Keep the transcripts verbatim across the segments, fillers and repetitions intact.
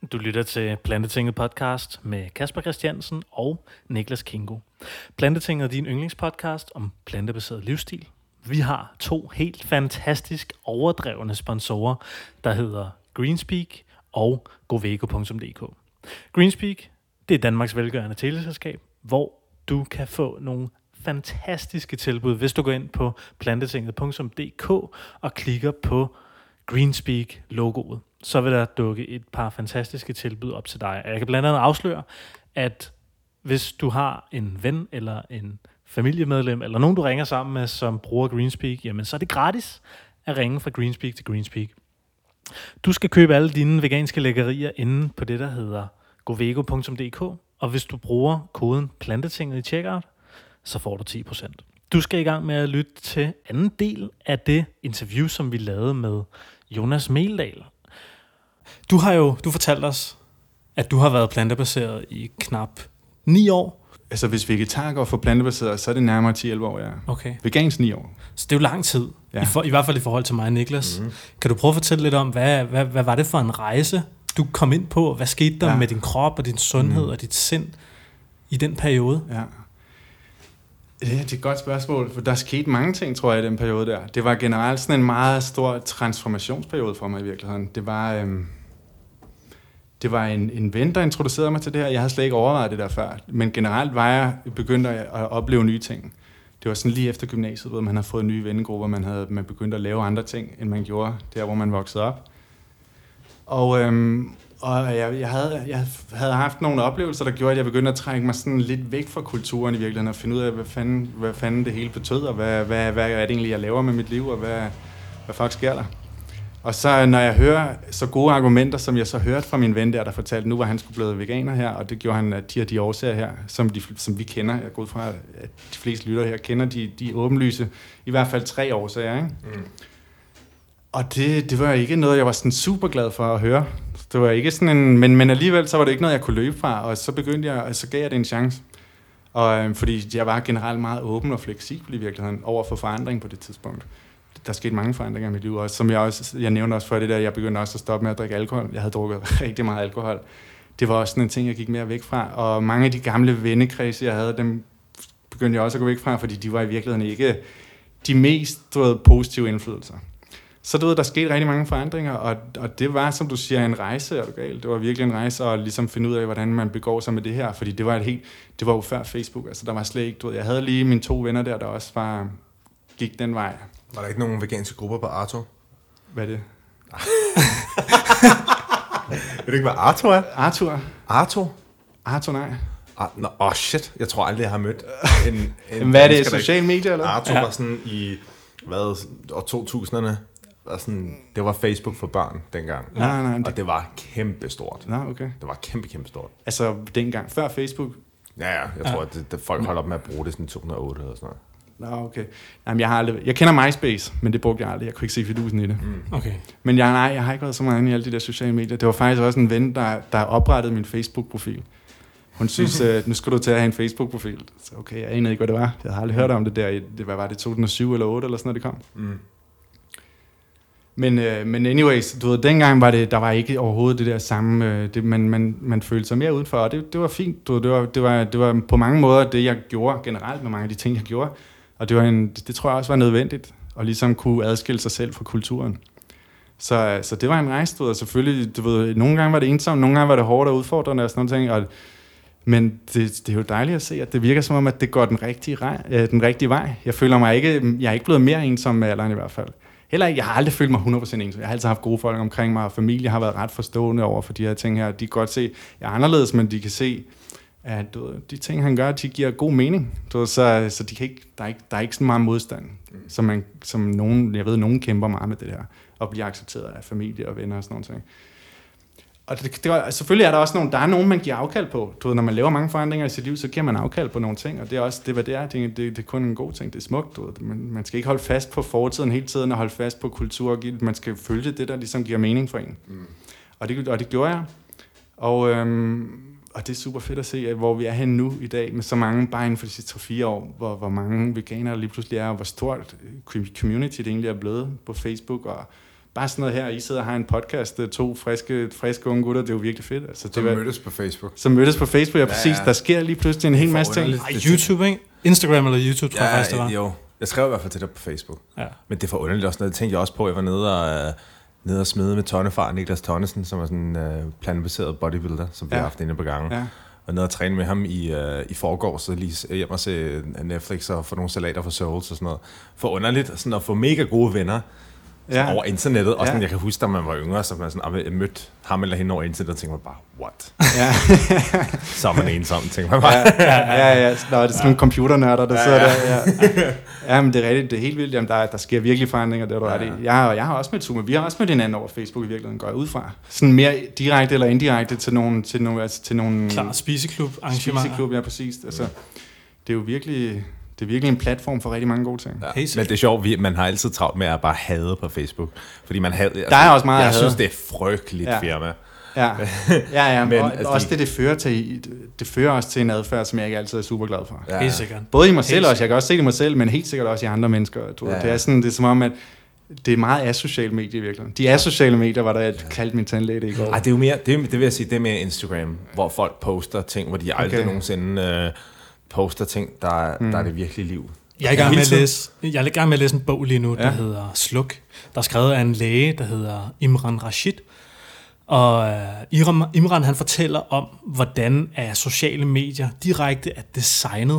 Du lytter til Plantetinget podcast med Kasper Christiansen og Niklas Kingo. Plantetinget er din yndlingspodcast om plantebaseret livsstil. Vi har to helt fantastisk overdrevne sponsorer, der hedder Greenspeak og Goveko punktum d k. Greenspeak, det er Danmarks velgørende teleselskab, hvor du kan få nogle fantastiske tilbud, hvis du går ind på plantetinget punktum d k og klikker på Greenspeak-logoet. Så vil der dukke et par fantastiske tilbud op til dig. Jeg kan blandt andet afsløre, at hvis du har en ven eller en familiemedlem, eller nogen du ringer sammen med, som bruger Greenspeak, jamen så er det gratis at ringe fra Greenspeak til Greenspeak. Du skal købe alle dine veganske lækkerier inde på det, der hedder Goveko punktum d k, og hvis du bruger koden Plantetinget i checkout, så får du ti procent. Du skal i gang med at lytte til anden del af det interview, som vi lavede med Jonas Meldal. Du har jo du fortalt os, at du har været plantebaseret i knap ni år. Altså hvis vegetar går for plantebaseret, så er det nærmere ti til elleve år, ja. Okay. Vegansk ni år. Så det er jo lang tid, ja. I, for, i hvert fald i forhold til mig og Niklas. Mm-hmm. Kan du prøve at fortælle lidt om, hvad, hvad, hvad var det for en rejse, du kom ind på? Hvad skete der ja. med din krop og din sundhed mm. og dit sind i den periode? Ja. Ja, det er et godt spørgsmål, for der skete mange ting, tror jeg, i den periode der. Det var generelt sådan en meget stor transformationsperiode for mig i virkeligheden. Det var, øhm, det var en, en ven, der introducerede mig til det her. Jeg havde slet ikke overvejet det der før. Men generelt var jeg begyndt at opleve nye ting. Det var sådan lige efter gymnasiet, hvor man havde fået nye vennegrupper, man havde man begyndte at lave andre ting, end man gjorde der, hvor man voksede op. Og... Øhm, Og jeg, jeg, havde, jeg havde haft nogle oplevelser, der gjorde, at jeg begyndte at trække mig sådan lidt væk fra kulturen i virkeligheden, og finde ud af, hvad fanden, hvad fanden det hele betød, og hvad, hvad, hvad er det egentlig, jeg laver med mit liv, og hvad, hvad fuck sker der? Og så når jeg hører så gode argumenter, som jeg så hørte fra min ven der, der fortalte nu, hvor han skulle blive veganer her, og det gjorde han af de og de årsager her, som, de, som vi kender, jeg går ud fra, at de fleste lytter her kender de, de åbenlyse, i hvert fald tre årsager, ikke? Mm. Og det, det var ikke noget, jeg var sådan super glad for at høre. Det var ikke sådan en, men, men alligevel så var det ikke noget, jeg kunne løbe fra, og så begyndte jeg, og så gav jeg det en chance. Og øh, fordi jeg var generelt meget åben og fleksibel i virkeligheden over for forandring på det tidspunkt. Der skete mange forandringer i mit liv også, som jeg også, jeg nævnte også før det der, jeg begyndte også at stoppe med at drikke alkohol. Jeg havde drukket rigtig meget alkohol. Det var også sådan en ting, jeg gik mere væk fra, og mange af de gamle vennekredse, jeg havde, dem begyndte jeg også at gå væk fra, fordi de var i virkeligheden ikke de mest, du ved, positive indflydelser. Så du ved, der skete rigtig mange forandringer, og, og det var, som du siger, en rejse, er du galt? Det var virkelig en rejse at ligesom finde ud af, hvordan man begår sig med det her, fordi det var, et helt, det var jo før Facebook, altså der var slet ikke, du ved, jeg havde lige mine to venner der, der også var, gik den vej. Var der ikke nogen veganske grupper på Arto? Hvad er det? Ved du ikke, hvad Arto er? Arthur? Arto? Arto, nej. Åh, no, oh shit, jeg tror aldrig, jeg har mødt en... en hvad er det, sociale medier, eller? Arto ja. var sådan i, hvad, år to tusinderne. Og sådan, det var Facebook for børn dengang. Nej, nej, nej, det... Og det var kæmpe stort. Nå, okay. Det var kæmpe, kæmpe stort. Altså dengang, før Facebook? Ja, ja. Jeg tror, at det, det, folk holdt op med at bruge det sådan i to tusind og otte eller sådan noget. Nå, okay. Jamen, jeg har aldrig... Jeg kender MySpace, men det brugte jeg aldrig. Jeg kunne ikke se fidusen i det. Mm. Okay. Men jeg, nej, jeg har ikke været så meget inde i alle de der sociale medier. Det var faktisk også en ven, der, der oprettede min Facebook-profil. Hun synes, at nu skulle du til at have en Facebook-profil. Så okay, jeg anede ikke, hvad det var. Jeg havde aldrig hørt om det der. Det, hvad var det, to tusind og syv eller otte eller sådan noget, det kom? Mm. Men, øh, men anyways, du ved, dengang var det, der var ikke overhovedet det der samme, øh, det, man, man, man følte sig mere udenfor, og det, det var fint, du ved, det, var, det, var, det var på mange måder det, jeg gjorde generelt med mange af de ting, jeg gjorde, og det, var en, det, det tror jeg også var nødvendigt, at ligesom kunne adskille sig selv fra kulturen. Så, så det var en rejse, du ved, og selvfølgelig, du ved, nogle gange var det ensomt, nogle gange var det hårdt og udfordrende og sådan noget ting, og, men det, det er jo dejligt at se, at det virker som om, at det går den rigtige, øh, den rigtige vej. Jeg føler mig ikke, jeg er ikke blevet mere ensom med alderen i hvert fald. Heller ikke, jeg har aldrig følt mig hundrede procent ensom. Jeg har altid haft gode folk omkring mig, og familie har været ret forstående over for de her ting her. De kan godt se, at jeg er anderledes, men de kan se, at du ved, de ting, han gør, de giver god mening. Du ved, så så de kan ikke, der, er ikke, der er ikke så meget modstand, mm. som, man, som nogen, jeg ved, nogen kæmper meget med det her, og bliver accepteret af familie og venner og sådan noget ting. Og det, det, selvfølgelig er der også nogen, der er nogen, man giver afkald på. Du ved, når man laver mange forandringer i sit liv, så giver man afkald på nogle ting, og det er også det, hvad det er. Det, det, det er kun en god ting. Det er smukt. Du ved. Man, man skal ikke holde fast på fortiden hele tiden og holde fast på kultur. Man skal følge det, der ligesom giver mening for en. Mm. Og, det, og det gjorde jeg. Og, øhm, og det er super fedt at se, at hvor vi er henne nu i dag, med så mange, bare inden for de sidste tre fire år, hvor, hvor mange veganere lige pludselig er, og hvor stort community det egentlig er blevet på Facebook og bare sådan noget her, I sidder og har en podcast, to friske, friske unge gutter, det er jo virkelig fedt. Altså, det Som var, mødtes på Facebook. Som mødtes på Facebook, ja, præcis. Ja, ja. Der sker lige pludselig en hel masse ting. Ej, YouTube, ikke? Instagram eller YouTube, tror jeg ja, faktisk, det var. Jo, jeg skrev i hvert fald til dig på Facebook. Ja. Men det er for underligt også noget. Det tænkte jeg også på, jeg var nede og, uh, nede og smide med tonnefar Niklas Tonnesen, som er sådan en uh, plantebaseret bodybuilder, som vi ja. har haft inde på gangen. Ja. Og nede og træne med ham i, uh, i forgårs, så lige hjem og se Netflix og få nogle salater for Souls og sådan noget. For underligt, sådan at få mega gode venner ja. over internettet. Og sådan, ja. jeg kan huske, da man var yngre, så man sådan, jeg mødte ham eller hende over internettet, og tænkte man bare, what? Ja. Så er man ensom, tænker man bare. ja, ja, ja, ja. Nå, det er sådan nogle computernørder, der ja, sidder ja. der. Ja. ja, men det er rigtigt, det er helt vildt. Jamen, der, der sker virkelig forandringer, det er du ret i. Jeg, jeg har også med Zoom, vi har også med hinanden over Facebook i virkeligheden, går jeg ud fra. Sådan mere direkte eller indirekte til nogle... Til nogle, altså, til nogle Klar, spiseklub arrangementer. Spiseklub, ja, præcis. Altså, det er jo virkelig... Det er virkelig en platform for rigtig mange gode ting. Ja. Men det er sjovt, man har altid travlt med at bare hade på Facebook. Fordi man havde, altså, der er også meget jeg at synes, det er frygteligt ja. firma. Ja, ja, ja. Men, og altså, også det, det fører, til, det fører også til en adfærd, som jeg ikke altid er super glad for. Ja. Helt sikkert. Både i mig selv også, jeg kan også se det i mig selv, men helt sikkert også i andre mennesker. Du, ja. Det er sådan, det er som om, at det er meget asociale medier i virkeligheden. De asociale medier var der, jeg kaldte min tandlæge det i går. Ej, det er jo mere, det, det vil jeg sige, det er mere Instagram, hvor folk poster ting, hvor de aldrig okay. nogensinde øh, poster ting, der, mm. der er det virkelige liv. Jeg er i gang med at læse, jeg er i gang med at læse en bog lige nu, der ja. hedder Sluk. Der er skrevet af en læge, der hedder Imran Rashid. Og uh, Imran, han fortæller om, hvordan er sociale medier direkte er designet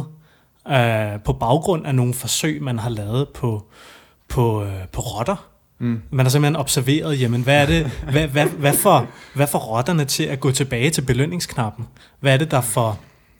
uh, på baggrund af nogle forsøg, man har lavet på, på, uh, på rotter. Mm. Man har simpelthen observeret, jamen, hvad er det, hvad, hvad, hvad, får, hvad får rotterne til at gå tilbage til belønningsknappen? Hvad er det, der får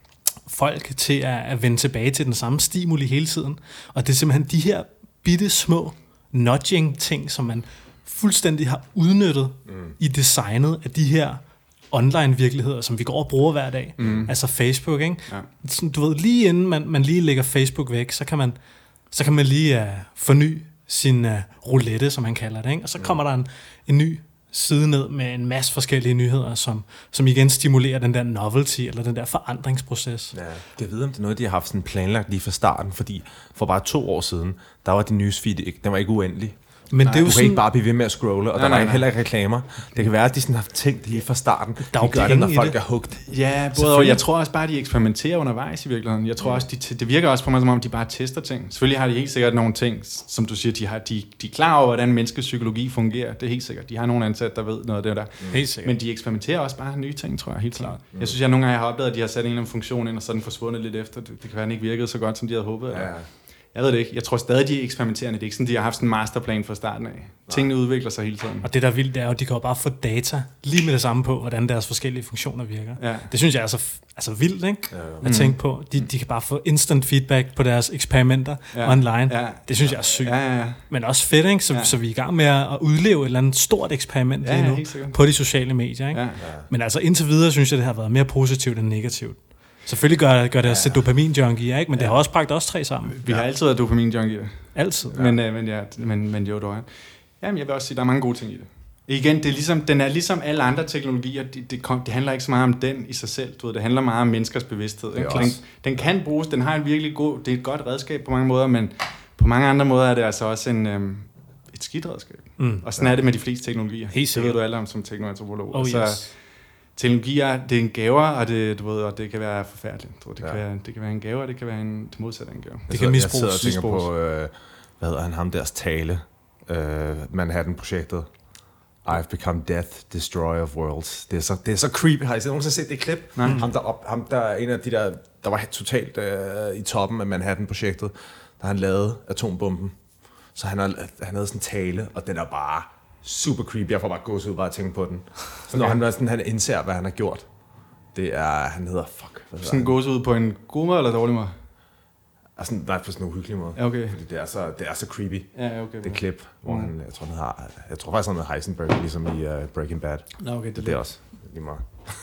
folk til at, at vende tilbage til den samme stimuli hele tiden? Og det er simpelthen de her bitte små nudging-ting, som man fuldstændig har udnyttet mm. i designet af de her online-virkeligheder, som vi går og bruger hver dag. Mm. Altså Facebook, ikke? Ja. Du ved, lige inden man, man lige lægger Facebook væk, så kan man, så kan man lige uh, forny sin uh, roulette, som han kalder det, ikke? Og så kommer mm. der en, en ny side ned med en masse forskellige nyheder, som, som igen stimulerer den der novelty, eller den der forandringsproces. Ja, jeg ved, om det er noget, de har haft sådan planlagt lige fra starten, fordi for bare to år siden, der var din newsfeed ikke, den var ikke uendelig. Men nej, det er jo du sådan, kan ikke bare blive ved med at scrolle, og nej, der var nej, nej. heller ikke reklamer. Det kan være, at de sådan har tænkt lige fra starten. Der de gør det, når folk det. er hugt. Ja, både og jeg tror også bare, at de eksperimenterer undervejs i virkeligheden. Jeg tror også, de t- det virker også på mig, som om de bare tester ting. Selvfølgelig har de helt sikkert nogle ting, som du siger, de, har, de, de er klar over, hvordan menneskets psykologi fungerer. Det er helt sikkert. De har nogle ansat, der ved noget af det der. Mm. Helt sikkert. Men de eksperimenterer også bare nye ting, tror jeg, helt klart. Mm. Jeg synes, jeg nogle gange har opdaget, at de har sat en eller anden funktion ind, og så den forsvundet lidt efter. Det, det kan være, den ikke virkede så godt, som de havde håbet. Ja. Jeg ved det ikke. Jeg tror stadig, de er eksperimenterende. Det er ikke sådan, de har haft sådan en masterplan fra starten af. Nej. Tingene udvikler sig hele tiden. Og det, der er vildt, det er jo, at de kan jo bare få data lige med det samme på, hvordan deres forskellige funktioner virker. Ja. Det synes jeg er så altså vildt, ikke? Ja, ja. At tænke på. De, de kan bare få instant feedback på deres eksperimenter ja. online. Ja. Det synes jeg er sygt. Ja, ja, ja. Men også fedt, ikke? Så, ja. så vi er i gang med at udleve et eller andet stort eksperiment ja, lige nu på de sociale medier, ikke? Ja. Ja. Men altså indtil videre, synes jeg, det har været mere positivt end negativt. Selvfølgelig gør, gør det os ja. til dopamin-junkier, ikke? Men ja. det har også bragt os tre sammen. Vi har altid været dopamin-junkier. Altid. Ja. Men, øh, men, ja, men, men jo, du er. Jamen, jeg vil også sige, der er mange gode ting i det. Igen, det er ligesom, den er ligesom alle andre teknologier. Det, det, kom, det handler ikke så meget om den i sig selv. Du ved, det handler meget om menneskers bevidsthed. Ikke? Den, den kan bruges, den har en virkelig god... Det er et godt redskab på mange måder, men på mange andre måder er det altså også en... Øhm, et skidt redskab. Mm. Og sådan ja. er det med de fleste teknologier. Helt sikkert. Det ved du alle om som teknoantropolog. Oh, yes. Teknologier, det er en gaver, og det, du ved, og det kan være forfærdeligt. Det kan, ja. være, det kan være en gave, og det kan være en det modsatte en gave. Det kan misbruges. Jeg sidder og tænker på, øh, hvad hedder han, ham deres tale, øh, Manhattan-projektet. I've become death, destroyer of worlds. Det er så, det er så creepy. Har I nogensinde set det klip? Mm. Ham, der op, ham der er en af de der, der var totalt øh, i toppen af Manhattan-projektet, da han lavede atombomben. Så han, har, han havde sådan en tale, og den er bare... super creepy. Jeg får bare gås ud bare at tænke på den. Så når okay. han, sådan, han indser, hvad han har gjort, det er, han hedder, fuck. Hvad sådan gås ud på en god måde eller dårlig måde? Altså, nej, på sådan en uhyggelig måde. Ja, okay. Fordi det er så, det er så creepy. Ja, okay. Det klip, hvor mm. han, jeg tror, han har, jeg tror faktisk, han hedder Heisenberg, ligesom i uh, Breaking Bad. Ja, okay. Det, det, det er også lige meget.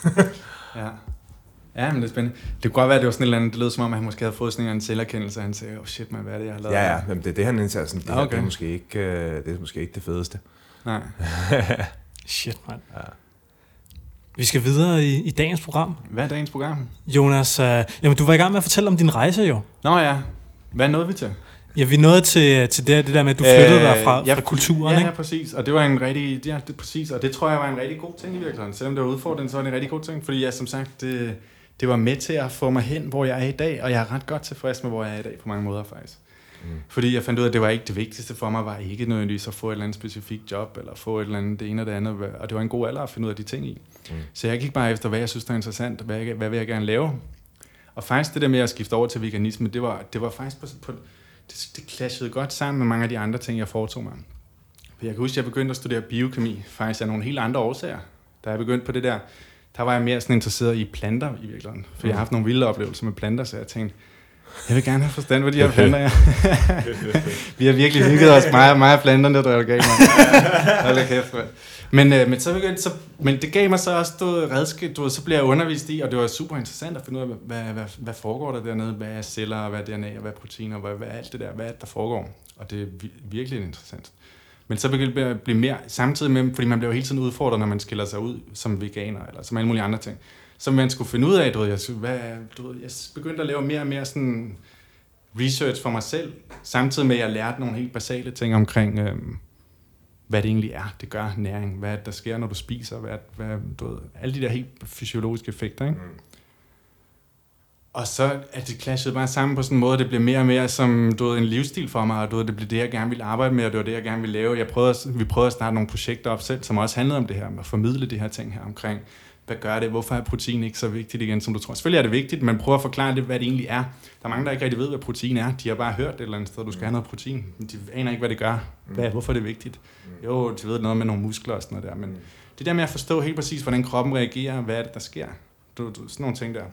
ja. Ja, men det er spændende. Det kunne godt være, at det var sådan et eller andet, det lød som om, at han måske havde fået sådan en selverkendelse, og han sagde, oh shit, man, hvad er det, jeg har lavet? Ja, ja, men det er det, han indser. Sådan, det, ah, okay. her, det, er måske ikke, uh, det er måske ikke det fedeste. Nej. Shit, mand. Ja. Vi skal videre i, i dagens program. Hvad er dagens program? Jonas, øh, jamen, du var i gang med at fortælle om din rejse, jo. Nå ja. Hvad nåede vi til? Ja, vi nåede til, til det, det der med, at du flyttede øh, dig fra, ja, fra kulturen, ja, ikke? Ja, præcis. Og det var en rigtig, ja, det, præcis, og det tror jeg var en rigtig god ting i virkeligheden. Selvom det var udfordrende, så var det en rigtig god ting, fordi jeg som sagt, det, det var med til at få mig hen, hvor jeg er i dag, og jeg er ret godt tilfreds med, hvor jeg er i dag på mange måder faktisk. Mm. Fordi jeg fandt ud af, at det var ikke det vigtigste for mig, var ikke nødvendigvis at få et eller andet specifikt job, eller få et eller andet det ene og det andet, og det var en god alder at finde ud af de ting i. Mm. Så jeg gik bare efter, hvad jeg synes, der er interessant, hvad, jeg, hvad vil jeg gerne lave. Og faktisk det der med at skifte over til veganisme, det var, det var faktisk på, på det, det clashede godt sammen med mange af de andre ting, jeg foretog mig. For jeg kan huske, at jeg begyndte at studere biokemi, faktisk af nogle helt andre årsager. Da jeg begyndte på det der, der var jeg mere sådan interesseret i planter i virkeligheden. For jeg har haft nogle vilde oplevelser med planter, så jeg tænkte, jeg vil gerne have forstand på de her planter, ja. Vi har virkelig hygget os meget, meget af planterne, der er gav mig. Hold kæft, man. Men, øh, men, så begyndte, så, men det gav mig så også du, redskab, du, så blev jeg undervist i, og det var super interessant at finde ud af, hvad, hvad, hvad foregår der dernede, hvad er celler, hvad er D N A, hvad er proteiner, hvad, hvad er alt det der, hvad er det, der foregår. Og det er virkelig interessant. Men så begyndte det at blive mere, samtidig med, fordi man bliver jo hele tiden udfordret, når man skiller sig ud som veganer, eller som alle mulige andre ting. Så man skulle finde ud af, du ved, jeg, hvad, du ved, jeg begyndte at lave mere og mere sådan research for mig selv, samtidig med, at jeg lærte nogle helt basale ting omkring, øhm, hvad det egentlig er, det gør næring, hvad der sker, når du spiser, hvad, hvad, du ved, alle de der helt fysiologiske effekter, ikke? Mm. Og så at det clashede bare sammen på sådan en måde, det blev mere og mere som du ved, en livsstil for mig, og du ved, det blev det, jeg gerne ville arbejde med, og det var det, jeg gerne ville lave. Jeg prøvede, vi prøvede at starte nogle projekter op selv, som også handlede om det her, med at formidle de her ting her omkring, hvad gør det, hvorfor er protein ikke så vigtigt igen, som du tror. Selvfølgelig er det vigtigt, men prøv at forklare det, hvad det egentlig er. Der er mange, der ikke rigtig ved, hvad protein er. De har bare hørt et eller andet sted, du skal have noget protein. Men de aner ikke, hvad det gør. Hvad, hvorfor er det vigtigt? Jo, de ved noget med nogle muskler og sådan noget der, men det der med at forstå helt præcis, hvordan kroppen reagerer, hvad er det, der sker. Du, du, sådan nogle ting der.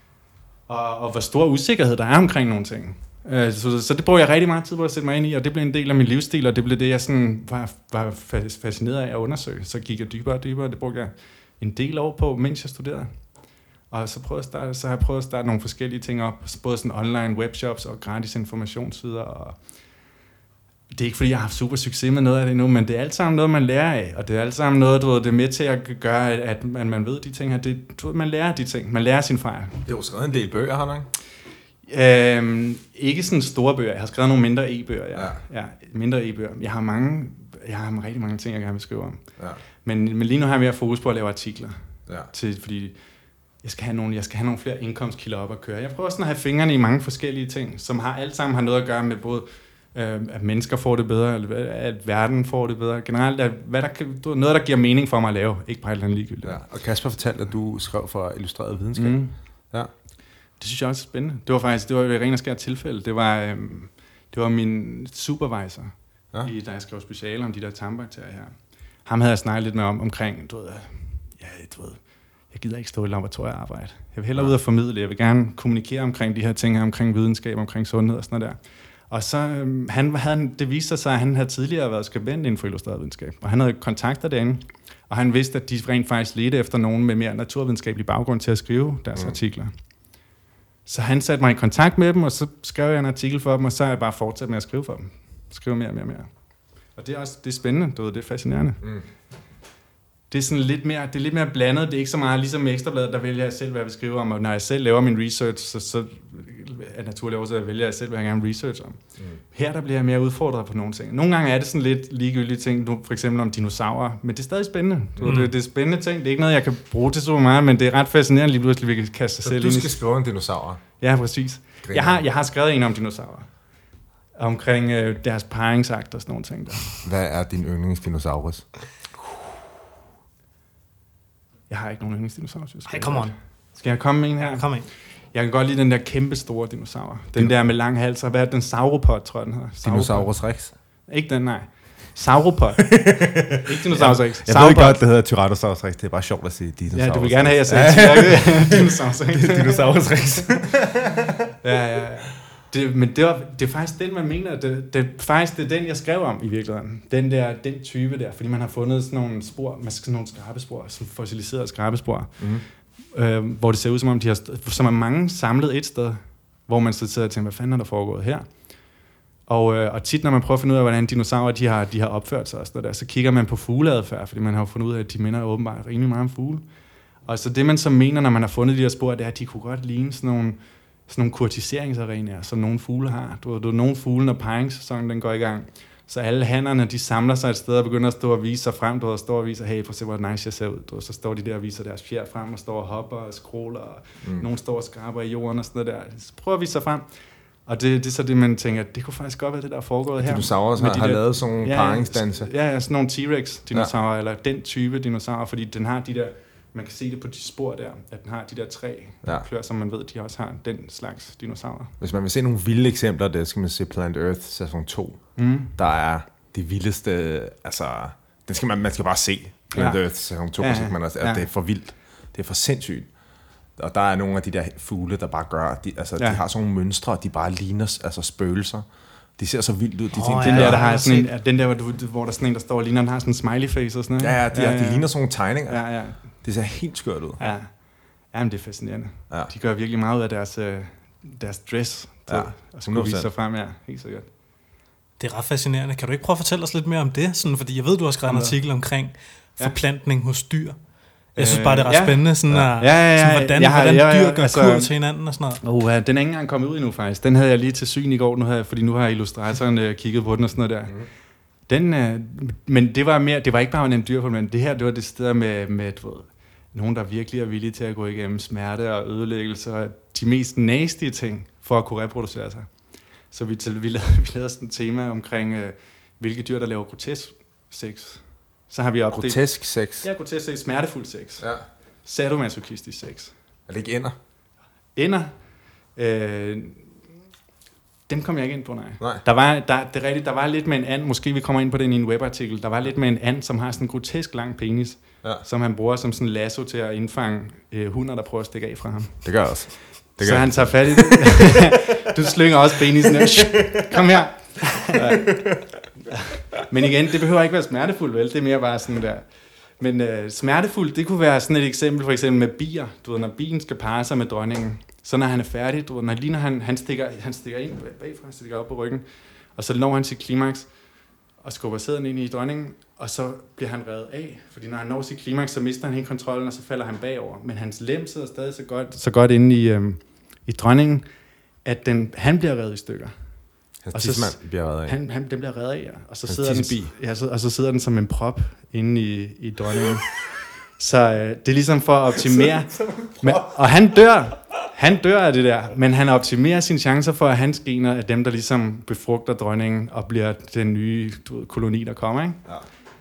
Og, og hvor stor usikkerhed der er omkring nogle ting. Uh, så, så det bruger jeg rigtig meget tid på at sætte mig ind i, og det blev en del af min livsstil, og det blev det, jeg sådan var, var fascineret af at undersøge. Så gik jeg dybere og dybere, og det brugte jeg en del år på, mens jeg studerede. Og så, prøvede at starte, så har jeg prøvet at starte nogle forskellige ting op, både sådan online webshops og gratis informationssider. Og det er ikke fordi, jeg har haft super succes med noget af det nu, men det er alt sammen noget, man lærer af, og det er alt sammen noget, du ved, det er med til at gøre, at man, man ved de ting her. Det, du ved, man lærer de ting, man lærer sin fejl. Det er jo skrevet en del bøger, har du ikke? Øhm, ikke sådan store bøger. Jeg har skrevet nogle mindre e-bøger. Ja. Ja. Ja, mindre e-bøger. Jeg har mange, jeg har rigtig mange ting, jeg gerne vil skrive om. Ja. Men, men lige nu har jeg mere fokus på at lave artikler. Ja. Til, fordi jeg skal, have nogle, jeg skal have nogle flere indkomstkilder op at køre. Jeg prøver sådan at have fingrene i mange forskellige ting, som har alt sammen har noget at gøre med både, øh, at mennesker får det bedre, eller at verden får det bedre. Generelt, at, hvad der kan, noget, der giver mening for mig at lave. Ikke bare et eller andet ligegyldigt. Ja. Og Kasper fortalte, at du skrev for Illustreret Videnskab. Mm. Ja. Det synes jeg også er spændende. Det var faktisk det var et rent og skært tilfælde. Det var, øh, det var min supervisor, ja. i, da jeg skrev speciale om de der tarmbakterier her. Ham havde jeg snakket lidt med om, omkring, du ved, ja, du ved, jeg gider ikke stå i laboratoriearbejde. Jeg vil hellere ud og formidle, jeg vil gerne kommunikere omkring de her ting her, omkring videnskab, omkring sundhed og sådan noget der. Og så, øhm, han havde, det viste sig, at han havde tidligere været skribent inden for Illustreret Videnskab, og han havde kontakter derinde, og han vidste, at de rent faktisk ledte efter nogen med mere naturvidenskabelig baggrund til at skrive deres mm. artikler. Så han satte mig i kontakt med dem, og så skrev jeg en artikel for dem, og så har jeg bare fortsat med at skrive for dem. Skrive mere og mere og mere. Og det er også det er spændende, du ved, det er fascinerende. Mm. Det er sådan lidt mere, det er lidt mere blandet. Det er ikke så meget ligesom med Ekstrabladet, der vælger jeg selv, hvad jeg vil skrive om. Og når jeg selv laver min research, så, så er naturligt også, at vælger jeg selv, hvad jeg gerne vil research om. Mm. Her der bliver jeg mere udfordret på nogle ting. Nogle gange er det sådan lidt ligegyldige ting, for eksempel om dinosaurer, men det er stadig spændende. Mm. Det, det er spændende ting. Det er ikke noget, jeg kan bruge til så meget, men det er ret fascinerende lige pludselig, at vi kan kaste sig så selv du ind i. Du skal skrive om dinosaurer? Ja, præcis. Jeg har, jeg har skrevet en om dinosaurer. Omkring øh, deres paringsakt og sådan nogle ting der. Hvad er din yndlingsdinosaurus? Jeg har ikke nogen yndlingsdinosaurus. Hey, come on. Skal jeg komme med en her? Kom ind. Jeg kan godt lide den der kæmpe store dinosaur. Den der med lang hals. Hvad er den? Sauropod, tror jeg den hedder. Dinosaurus rex? Ikke den, nej. Sauropod. Ikke Dinosaurus rex. Jeg ved godt, det hedder Tyrannosaurus rex. Det er bare sjovt at sige dinosaurus. Ja, du vil gerne have, at jeg sagde Dinosaurus rex. Dinosaurus rex. Ja, ja, ja. Det, men det, var, det er faktisk den, man mener. Det, det, faktisk det er den, jeg skrev om i virkeligheden. Den der, den type der. Fordi man har fundet sådan nogle spor, sådan nogle skrabespor, sådan fossiliserede skrabespor, mm. øh, hvor det ser ud som om, de har, som er mange samlet et sted, hvor man så sidder og tænker, hvad fanden er der foregået her? Og, øh, og tit, når man prøver at finde ud af, hvordan dinosaurer de har, de har opført sig og sådan der, så kigger man på fugleadfærd, fordi man har fundet ud af, at de minder åbenbart rimelig meget om fugle. Og så det, man så mener, når man har fundet de her spor, det er, at de kunne godt ligne sådan nogle sådan nogle kurtiseringsarenaer, som nogle fugle har. Du ved, nogle fugle, når paringssæsonen den går i gang, så alle hannerne, de samler sig et sted og begynder at stå og vise sig frem, du ved, og stå og vise, hey, prøv at se, hvor nice jeg ser ud. Du ved, så står de der og viser deres fjer frem, og står og hopper og skråler, og mm. nogle står og skraber i jorden og sådan noget der. Så prøv at vise sig frem. Og det, det er så det, man tænker, det kunne faktisk godt være det, der er foregået her. Dinosaurer har, de har der, lavet sådan nogle ja, paringsdanse. Ja, ja, sådan nogle T-Rex-dinosaurer, ja. Eller den type dinosaurer, fordi den har de der, man kan se det på de spor der, at den har de der tre ja. klør, som man ved, de også har den slags dinosaurer. Hvis man vil se nogle vilde eksempler, det skal man se Planet Earth sæson to. Mm. Der er de vildeste, altså, den skal man, man skal bare se Planet ja. Earth sæson to, ja, ja. Man også, ja. Det er for vildt. Det er for sindssygt. Og der er nogle af de der fugle, der bare gør, de, altså, ja. de har sådan nogle mønstre, de bare ligner altså spøgelser. De ser så vildt ud. De oh, ting, ja, den der, der har sådan en, den der, hvor, hvor der er sådan en, der står og ligner, den har sådan en smiley face og sådan noget. Ja, ja, de, ja, ja. de ligner sådan nogle tegninger. Ja, ja. Det ser helt skørt ud. Ja, jamen det er fascinerende. Ja. De gør virkelig meget ud af deres, øh, deres dress, til, ja, og skulle vise sig frem, ja, helt sikkert. Det er ret fascinerende. Kan du ikke prøve at fortælle os lidt mere om det? Sådan, fordi jeg ved, du har skrevet en artikel omkring ja. forplantning hos dyr. Jeg synes bare, det er ret ja. spændende, sådan, ja. At, ja, ja, ja. Sådan, hvordan, har, hvordan dyr ja, ja, gør altså, kur til hinanden og sådan noget. Oh, ja, den er ikke engang kommet ud endnu faktisk. Den havde jeg lige til syn i går, nu havde, fordi nu har illustratoren uh, kigget på den og sådan noget der. Mm. Den, uh, men det var mere, det var ikke bare en dyr, men det her, det var det sted med, med du ved, nogen, der virkelig er villige til at gå igennem smerte og ødelæggelse og de mest nasty ting for at kunne reproducere sig. Så vi, vi, lavede, vi lavede sådan et tema omkring, uh, hvilke dyr, der laver grotesk sex. Så har vi opdelt. Grotesk sex? Ja, grotesk sex. Smertefuld sex. Ja. Sadomasochistisk sex. Er det ikke ender? Ender? Øh, dem kom jeg ikke ind på, nej. nej. Der var, der, det er rigtigt, der var lidt med en and, måske vi kommer ind på den i en webartikel, der var lidt med en and, som har sådan en grotesk lang penis, ja. som han bruger som sådan en lasso til at indfange øh, hunder, der prøver at stikke af fra ham. Det gør jeg også. Det gør Så han tager fat i det. Du slynger også penisen. Kom her. Ja. Men igen, det behøver ikke være smertefuldt, vel? Det er mere bare sådan der. Men øh, smertefuldt, det kunne være sådan et eksempel, for eksempel med bier. Du ved, når bien skal parre sig med dronningen, så når han er færdig, du ved, når lige når han, han, stikker, han stikker ind bagfra, han stikker op på ryggen, og så når han sit klimaks, og skubber sæden ind i dronningen, og så bliver han revet af. Fordi når han når sit klimaks, så mister han helt kontrollen, og så falder han bagover. Men hans lem sidder stadig så godt, så godt inde i, øh, i dronningen, at den, han bliver revet i stykker. Hans tidsmand bliver reddet af. Han, han, den bliver reddet af, ja. Og så, sidder den, ja, så, og så sidder den som en prop inde i, i dronningen. Så øh, det er ligesom for at optimere. Men, og han dør. Han dør af det der. Men han optimerer sine chancer for, at hans gener er dem, der ligesom befrugter dronningen og bliver den nye du ved, koloni, der kommer. Ikke? Ja.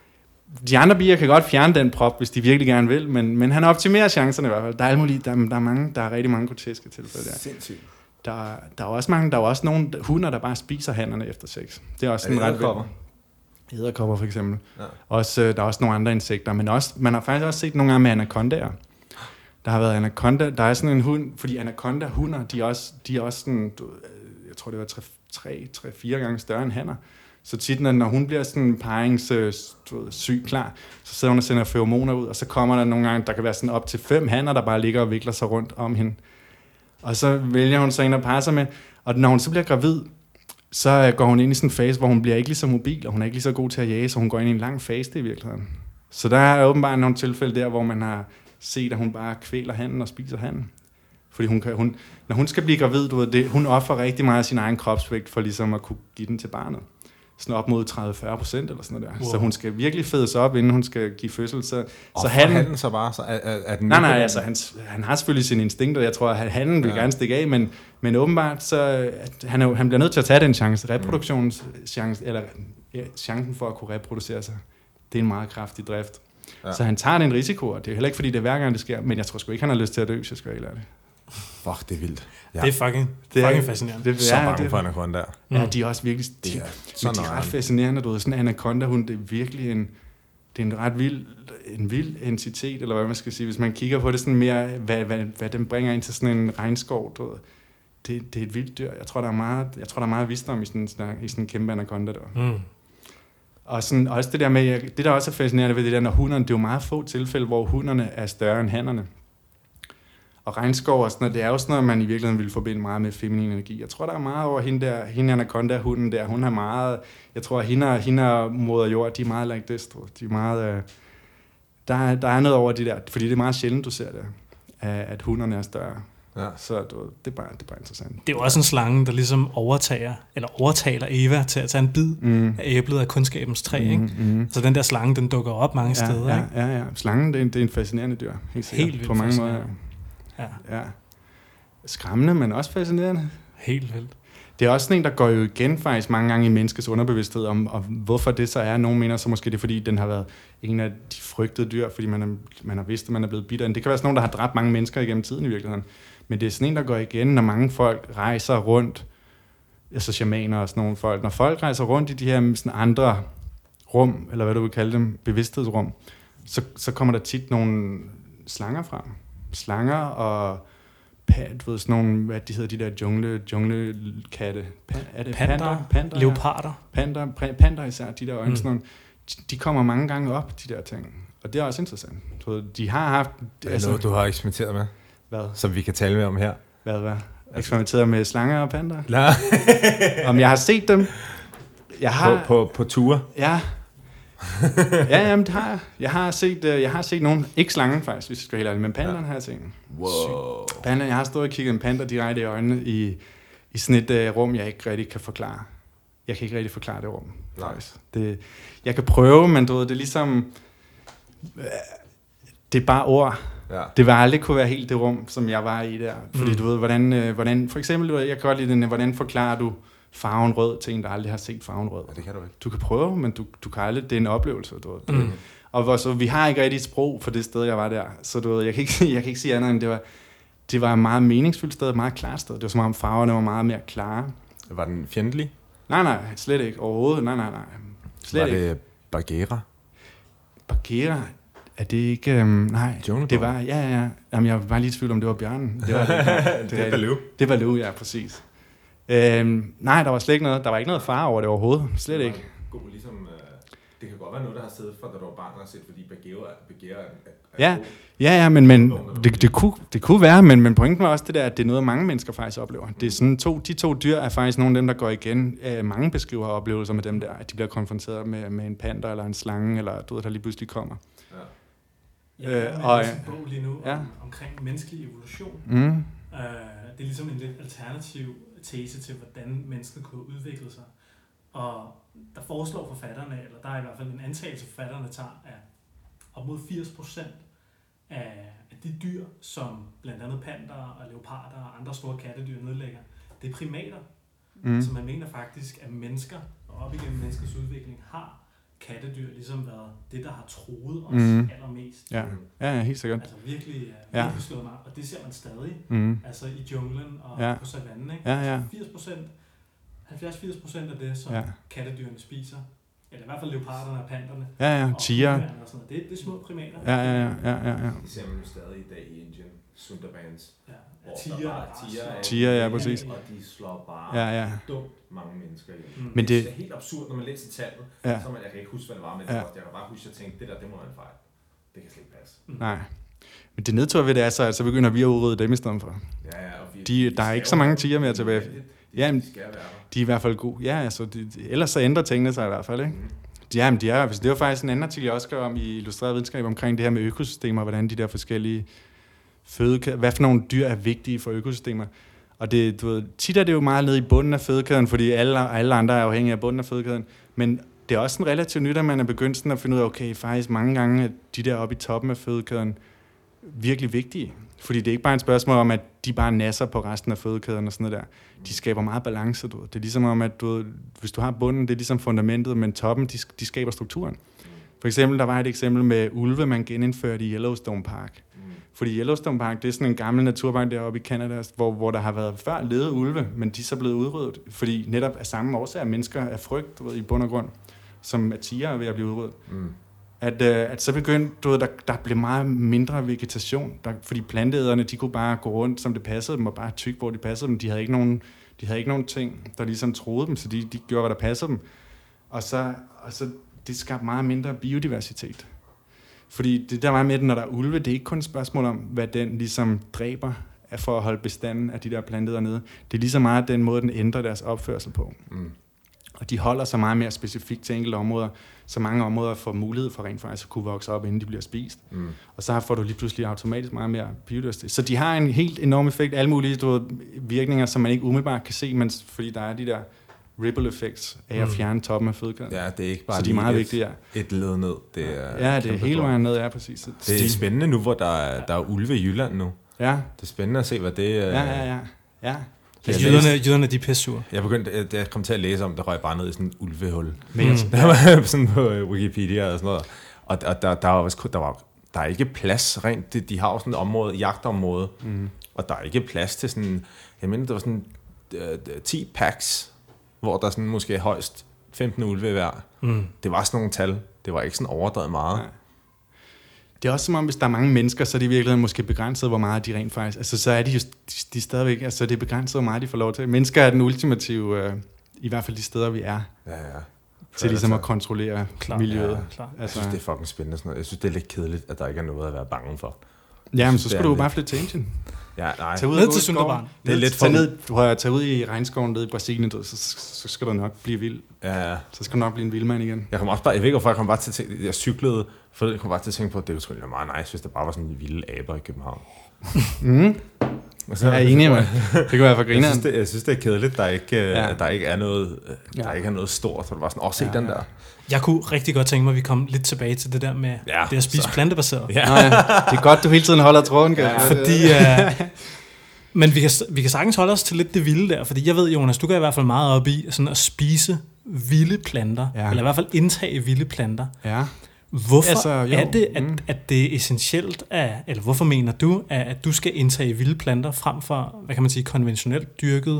De andre bier kan godt fjerne den prop, hvis de virkelig gerne vil. Men, men han optimerer chancerne i hvert fald. Der er, alle mulige, der, der er, mange, der er rigtig mange groteske tilfælde der. Sindssygt. Der, der er også mange, der er også nogle hunder, der bare spiser hannerne efter sex. Det er også en ret edderkopper. Edderkopper for eksempel. Ja. Også, der er også nogle andre insekter, men også, man har faktisk også set nogle gange med anacondaer. Der har været anaconda, der er sådan en hund, fordi anaconda-hunder, de er også, de er også sådan, jeg tror det var tre til fire gange større end hanner. Så tit, når hun bliver sådan paringssyg klar, så sidder hun og sender feromoner ud, og så kommer der nogle gange, der kan være sådan op til fem hanner, der bare ligger og vikler sig rundt om hende. Og så vælger hun så en at parre sig med, og når hun så bliver gravid, så går hun ind i sådan en fase, hvor hun bliver ikke lige så mobil, og hun er ikke lige så god til at jage, så hun går ind i en lang fase i virkeligheden. Så der er åbenbart nogle tilfælde der, hvor man har set, at hun bare kvæler handen og spiser handen. Fordi hun kan, hun, når hun skal blive gravid, du ved, det, hun offer rigtig meget af sin egen kropsvægt for ligesom at kunne give den til barnet. Sådan op mod tredive til fyrre procent eller sådan noget der. Wow. Så hun skal virkelig fedes op, inden hun skal give fødsel. Så, så han, han så bare? Så er, er, er den nej, nej, altså han, han har selvfølgelig sine instinkter. Jeg tror, at han vil ja. gerne stikke af, men, men åbenbart, så han, er, han bliver nødt til at tage den chance. Reproduktionschance, eller ja, chancen for at kunne reproducere sig, det er en meget kraftig drift. Ja. Så han tager den risiko, og det er heller ikke, fordi det er hver gang, det sker, men jeg tror sgu ikke, han har lyst til at dø, hvis jeg skal være helt ærlig. Fuck, det er vildt. Ja. Det er fucking, det er, fucking fascinerende. Det, så bange for anaconda. Ja, mm. de er også virkelig de, de, de er ret fascinerende. Du ved, sådan en anaconda-hund, det er virkelig en, det er en ret vild, en vild entitet, eller hvad man skal sige. Hvis man kigger på det sådan mere, hvad, hvad, hvad den bringer ind til sådan en regnskov, du ved. Det, det er et vildt dyr. Jeg tror, der er meget, jeg tror, der er meget visdom i sådan, i sådan en kæmpe anaconda der. Mm. Og sådan, også det der med, det der også er fascinerende ved det der, når hunderne, det er jo meget få tilfælde, hvor hunderne er større end hannerne. Og regnskov og sådan noget, det er jo sådan noget, man i virkeligheden ville forbinde meget med feminin energi. Jeg tror, der er meget over hende der, hende anaconda-hunden der, hun har meget, jeg tror, at hende, hende og moder jord, de er meget like this, de er meget, der, der er noget over de der, fordi det er meget sjældent, du ser det, at hunderne er større. Ja. Så du ved, det, er bare, det er bare interessant. Det er jo også en slange, der ligesom overtager, eller overtaler Eva til at tage en bid mm. af æblet af kundskabens træ. Mm, ikke? Mm. Så den der slange, den dukker op mange ja, steder. Ja, ikke? ja, ja. Slangen, det er en, det er en fascinerende dyr. Helt, helt vildt på mange måder. Ja. Ja. Skræmmende, men også fascinerende. Helt vildt. Det er også sådan en, der går jo igen faktisk mange gange i menneskets underbevidsthed, om, om hvorfor det så er. Nogle mener så måske det er, fordi den har været en af de frygtede dyr, fordi man, er, man har vidst, at man er blevet bidt af den. Det kan være sådan nogen, der har dræbt mange mennesker igennem tiden i virkeligheden. Men det er sådan en, der går igen, når mange folk rejser rundt, altså shamaner og sådan nogle folk. Når folk rejser rundt i de her sådan andre rum, eller hvad du vil kalde dem, bevidsthedsrum, så, så kommer der tit nogle slanger frem. Slanger og du ved, sådan nogle, hvad de hedder, de der jungle, junglekatte. Pa, er det panter, panter? Panter, leoparder. Panter, panter især, de der øjne, mm. sådan nogle, de kommer mange gange op, de der ting. Og det er også interessant. Du ved, de har haft... Det er altså, noget, du har eksperimenteret med? Hvad? Som vi kan tale med om her. Hvad, hvad? Eksperimenteret med slanger og panter? Nej. Om jeg har set dem? Jeg har... På, på, på ture? Ja. Ja, jamen, det har jeg. Jeg har set, jeg har set nogle, ikke slangen faktisk, hvis jeg skal helt ærlig, men panderne ja. har jeg set. Wow. Panda, jeg har stået og kigget en panda direkte i øjnene i, i sådan et uh, rum, jeg ikke rigtig kan forklare. Jeg kan ikke rigtig forklare det rum. Faktisk. Det, jeg kan prøve, men du ved, det er ligesom, uh, det er bare ord. Ja. Det vil aldrig kunne være helt det rum, som jeg var i der. Fordi mm. du ved, hvordan, uh, hvordan, for eksempel, jeg kan godt lide den, hvordan forklarer du farven rød til en, der aldrig har set farven rød. Ja, det kan du ikke. Du kan prøve, men du, du kan aldrig, det er en oplevelse. Du ved. Mm. Og så, vi har ikke rigtig et sprog for det sted, jeg var der. Så du ved, jeg kan ikke, jeg kan ikke sige andet, end det var, det var et meget meningsfyldt sted, et meget klart sted. Det var som om farverne var meget mere klare. Var den fjendtlig? Nej, nej, slet ikke. Overhovedet, nej, nej, nej. Slet var ikke. det Bagheera? Bagheera? Er det ikke... Um, nej, Jungle det var... Ja, ja, ja. Jamen, jeg var bare lige i tvivl om, det var bjørnen. Det var, det, det, det var Løv. Det var Løv, ja, præcis. Øhm, nej, der var slet ikke noget. Der var ikke noget far over det overhovedet. Slet det ikke. God, ligesom, øh, det kan godt være noget, der har siddet for, da du var barn og set, fordi Bagheera er, er, er ja, ja, ja, men, men det, det, kunne, det kunne være, men, men pointen var også det der, at det er noget, mange mennesker faktisk oplever. Det er sådan to, de to dyr er faktisk nogle af dem, der går igen. Øh, mange beskriver oplevelser med dem der, at de bliver konfronteret med, med en panter eller en slange, eller du ved, der lige pludselig kommer. Ja. Jeg har øh, og, en bog lige nu ja. om, omkring menneskelig evolution. Mm. Uh, det er ligesom en lidt alternativ tese til, hvordan mennesket kunne udvikle sig. Og der foreslår forfatterne, eller der er i hvert fald en antagelse, forfatterne tager, at op mod firs procent af, af de dyr, som blandt andet panter og leoparder og andre store kattedyr nedlægger, det er primater. Mm. Så man mener faktisk, at mennesker, og op igennem menneskets udvikling, har kattedyr ligesom været det, der har troet os mm. allermest. Ja. Ja, ja, helt sikkert. Altså virkelig, virkelig ja. slået mig. Og det ser man stadig. Mm. Altså i junglen og ja. på savannen. Ikke? Ja, ja. firs procent, halvfjerds til firs procent af det, som ja. kattedyrene spiser, eller i hvert fald leoparderne og panterne. Ja, ja. Tiger. Det, det er små primater. Ja, ja, ja. ja, ja, ja. Det ser man jo stadig i dag i Indien. Sundarbans. Ja. Tiger. Tiger, tiger, ja, præcis. Og de slår bare ja, ja. dumt mange mennesker ihjel. Mm. Men det, det er helt absurd, når man læser tallet. Ja. Så man, jeg kan ikke huske, hvad det var, men ja. jeg kan bare huske, at jeg tænkte, det der, det må være en fejl. Det kan slet ikke passe. Mm. Nej. Men det nedtur ved det er så, at så begynder vi at udrydde dem i stedet for. Ja, ja. Og vi, de, de der er ikke så mange tiger mere tilbage. De, ja, men, de skal være der. De er i hvert fald gode. Ja, altså, de, ellers så ændrer tingene sig i hvert fald, ikke? Mm. Ja, men de er, det var faktisk en anden artikel, jeg også skrev om i Illustreret Videnskab omkring det her med økosystemer, hvordan de der forskellige fødekæder, hvad for nogle dyr er vigtige for økosystemer. Og det, du ved, tit er det jo meget nede i bunden af fødekæden, fordi alle, alle andre er afhængige af bunden af fødekæden. Men det er også en relativt nyt, at man er begyndt sådan at finde ud af, okay, faktisk mange gange, at de der oppe i toppen af fødekæden virkelig vigtige. Fordi det er ikke bare et spørgsmål om, at de bare nasser på resten af fødekæden og sådan noget der. De skaber meget balance, du ved. Det er ligesom om, at du ved, hvis du har bunden, det er ligesom fundamentet, men toppen, de, de skaber strukturen. For eksempel, der var et eksempel med ulve, man genindførte i Yellowstone Park. Fordi Yellowstone Park, det er sådan en gammel naturpark deroppe i Canada, hvor, hvor der har været før ledet ulve, men de er så blevet udryddet. Fordi netop af samme årsag, at mennesker er frygt, du ved, i bund og grund, som at tiger er ved at blive udryddet. Mm. At, øh, at så begyndte, du ved, der, der blev meget mindre vegetation, der, fordi planteæderne, de kunne bare gå rundt, som det passede dem, og bare tykke, hvor de passede dem. De havde ikke nogen, de havde ikke nogen ting, der ligesom troede dem, så de, de gjorde, hvad der passede dem. Og så, og så det skabte meget mindre biodiversitet. Fordi det der var med, når der er ulve, det er ikke kun et spørgsmål om, hvad den ligesom dræber for at holde bestanden af de der planteæder nede. Det er lige så meget den måde, den ændrer deres opførsel på. Mm. Og og de holder sig meget mere specifikt til enkelte områder, så mange områder får mulighed for rent faktisk at kunne vokse op, inden de bliver spist. Mm. Og så får du lige pludselig automatisk meget mere biodiversitet. Så de har en helt enorm effekt, alle mulige du ved, virkninger, som man ikke umiddelbart kan se, men fordi der er de der ripple effects af at fjerne toppen af fødekæden. Ja, det er ikke bare så de er meget et, vigtige, ja. et led ned. Det er ja, det er hele vejen ned, ja, præcis. Det er spændende nu, hvor der er, der er ulve i Jylland nu. Ja. Det er spændende at se, hvad det er. Ja, ja, ja. ja. Ja, jyderne, jyderne, de er pissure. Jeg begyndte, da jeg kom til at læse om, der røg jeg bare ned i sådan en ulvehul. Men mm. Der var sådan på Wikipedia og sådan noget. Og der, der, der, var, der, var, der er ikke plads rent. De, de har jo sådan et område, jagtområde, mm. og der er ikke plads til sådan, jeg mener, der var sådan uh, ti packs, hvor der sådan måske højst femten ulve hver. Mm. Det var sådan nogle tal. Det var ikke sådan overdrevet meget. Nej. Det er også som om, hvis der er mange mennesker, så er det i virkeligheden måske begrænset, hvor meget de rent faktisk... Altså, så er de jo de, de stadigvæk... Altså, det er begrænset, hvor meget de får lov til. Mennesker er den ultimative... Øh, I hvert fald de steder, vi er. Ja, ja. Til ligesom at kontrollere klar, miljøet. Ja, klar. Altså, jeg synes, det er fucking spændende sådan noget. Jeg synes, det er lidt kedeligt, at der ikke er noget at være bange for. Jamen, så skal du jo bare flytte til Indien. Ja, nej. Tag ud ned til Sunderbarn. Det er lidt for... Ned, du har taget ud i regnskoven nede i Brasilien, så, så, så skal du nok blive vild. Ja, ja. Så skal du nok blive en vildmand igen. Jeg kom også bare... Jeg ved ikke, hvorfor jeg kom bare til at tænke... Jeg cyklede, for jeg kom bare til at tænke på, at det var meget nice, hvis der bare var sådan en vilde aber i København. mm. Så, jeg er enig med. Det kan være for grineren. Jeg synes, det, jeg synes, det er kedeligt, der ikke, ja. der ikke er noget, der ja. ikke er noget stort. Så det var sådan, åh, se ja, den der. Jeg kunne rigtig godt tænke mig, at vi kom lidt tilbage til det der med ja, det at spise så. plantebaseret. Ja. Nå, ja. Det er godt, du hele tiden holder tråden, kan ja, fordi... Uh, men vi kan, vi kan sagtens holde os til lidt det vilde der, fordi jeg ved, Jonas, du går i hvert fald meget op i sådan at spise vilde planter, ja. eller i hvert fald indtage vilde planter. Ja. Hvorfor altså, er det, at, mm. at det er essentielt, at, eller hvorfor mener du, at, at du skal indtage vilde planter frem for, hvad kan man sige, konventionelt dyrket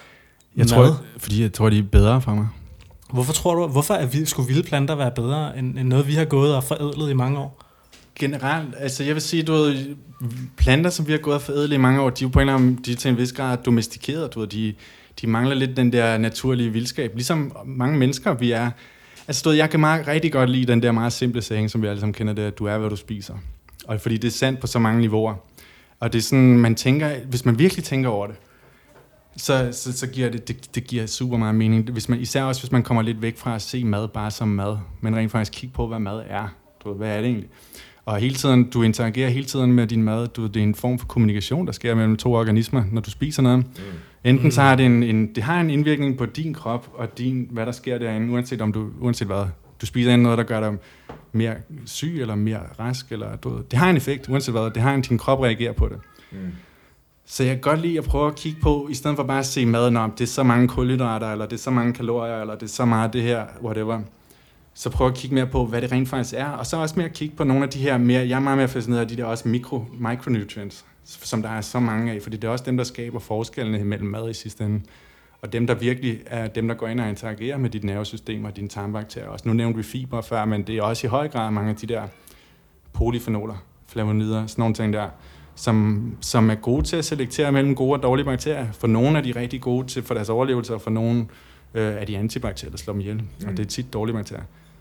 jeg mad? Tror, fordi jeg tror, de er bedre for mig. Hvorfor tror du, hvorfor er, skulle vilde planter være bedre, end, end noget, vi har gået og forædlet i mange år? Generelt, altså jeg vil sige, du ved, planter, som vi har gået og forædlet i mange år, de er jo på en eller anden, de er til en vis grad domestikeret, du ved, de, de mangler lidt den der naturlige vildskab, ligesom mange mennesker, vi er. Altså, du ved, jeg kan meget, rigtig godt lide den der meget simple saying, som vi alle sammen kender, det at du er, hvad du spiser. Og fordi det er sandt på så mange niveauer. Og det er sådan, man tænker, hvis man virkelig tænker over det, så, så, så giver det, det, det giver super meget mening. Hvis man, især også, hvis man kommer lidt væk fra at se mad bare som mad, men rent faktisk kigge på, hvad mad er. Du ved, hvad er det egentlig? Og hele tiden, du interagerer hele tiden med din mad. Du, det er en form for kommunikation, der sker mellem to organismer, når du spiser noget. Mm. Enten så har det en, en, det har en indvirkning på din krop og din, hvad der sker derinde, uanset om du, uanset hvad. Du spiser noget, der gør dig mere syg eller mere rask, eller du ved. Det har en effekt, uanset hvad. Det har en, din krop reagerer på det. Mm. Så jeg kan godt lide at prøve at kigge på, i stedet for bare at se maden om, det er så mange kulhydrater, eller det er så mange kalorier, eller det er så meget det her, whatever. Så prøv at kigge mere på, hvad det rent faktisk er, og så også mere at kigge på nogle af de her mere, jeg er meget mere fascineret af de der også mikro, micronutrients, som der er så mange af, fordi det er også dem, der skaber forskellene mellem mad i sidste ende, og dem, der virkelig er dem, der går ind og interagerer med dit nervesystem og dine tarmbakterier også. Nu nævnte vi fiber før, men det er også i høj grad mange af de der polyfenoler, flavonider, sådan nogle ting der, som, som er gode til at selektere mellem gode og dårlige bakterier. For nogle er de rigtig gode til for deres overlevelse, og for nogle øh, er de antibakterier, der slår dem ihjel, mm. og det er tit dårlige bakterier.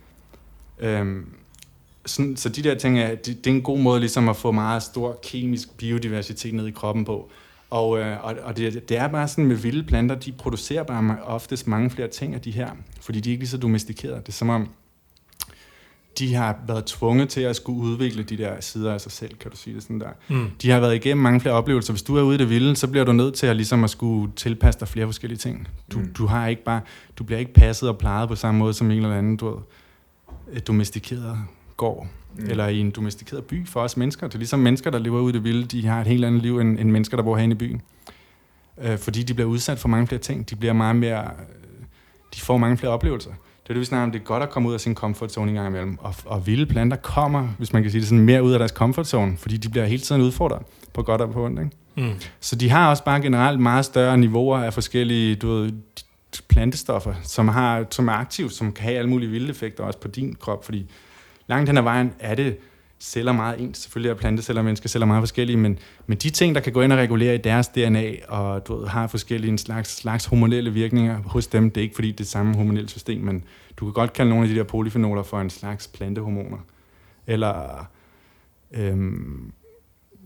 Øhm, sådan, så de der ting er, det, det er en god måde ligesom at få meget stor kemisk biodiversitet ned i kroppen på. Og, øh, og, og det, det er bare sådan med vilde planter, de producerer bare oftest mange flere ting af de her, fordi de er ikke lige så domestikerede. Det er som om, de har været tvunget til at skulle udvikle de der sider af sig selv, kan du sige det sådan der. Mm. De har været igennem mange flere oplevelser. Hvis du er ude i det vilde, så bliver du nødt til at, ligesom at skulle tilpasse dig flere forskellige ting. Du, mm. du, har ikke bare, du bliver ikke passet og plejet på samme måde som en eller anden, du ved, et domestikeret gård, mm. eller i en domestikeret by for os mennesker. Det er ligesom mennesker, der lever ude i det vilde, de har et helt andet liv end, end mennesker, der bor herinde i byen. Øh, fordi de bliver udsat for mange flere ting. De bliver meget mere, de får mange flere oplevelser. Det er det, vi snakker om. Det er godt at komme ud af sin comfort zone en gang imellem. Og, og vilde planter kommer, hvis man kan sige det sådan, mere ud af deres comfort zone, fordi de bliver hele tiden udfordret på godt og på ondt. Ikke? Mm. Så de har også bare generelt meget større niveauer af forskellige, du ved, plantestoffer, som, har, som er aktive, som kan have alle mulige vilde effekter også på din krop, fordi langt hen ad vejen er det celler meget ens. Selvfølgelig er planteceller og menneskeceller meget forskellige, men, men de ting, der kan gå ind og regulere i deres D N A, og du ved, har forskellige en slags, slags hormonelle virkninger hos dem, det er ikke fordi det er samme hormonelle system, men du kan godt kalde nogle af de der polyfenoler for en slags plantehormoner. Eller øhm,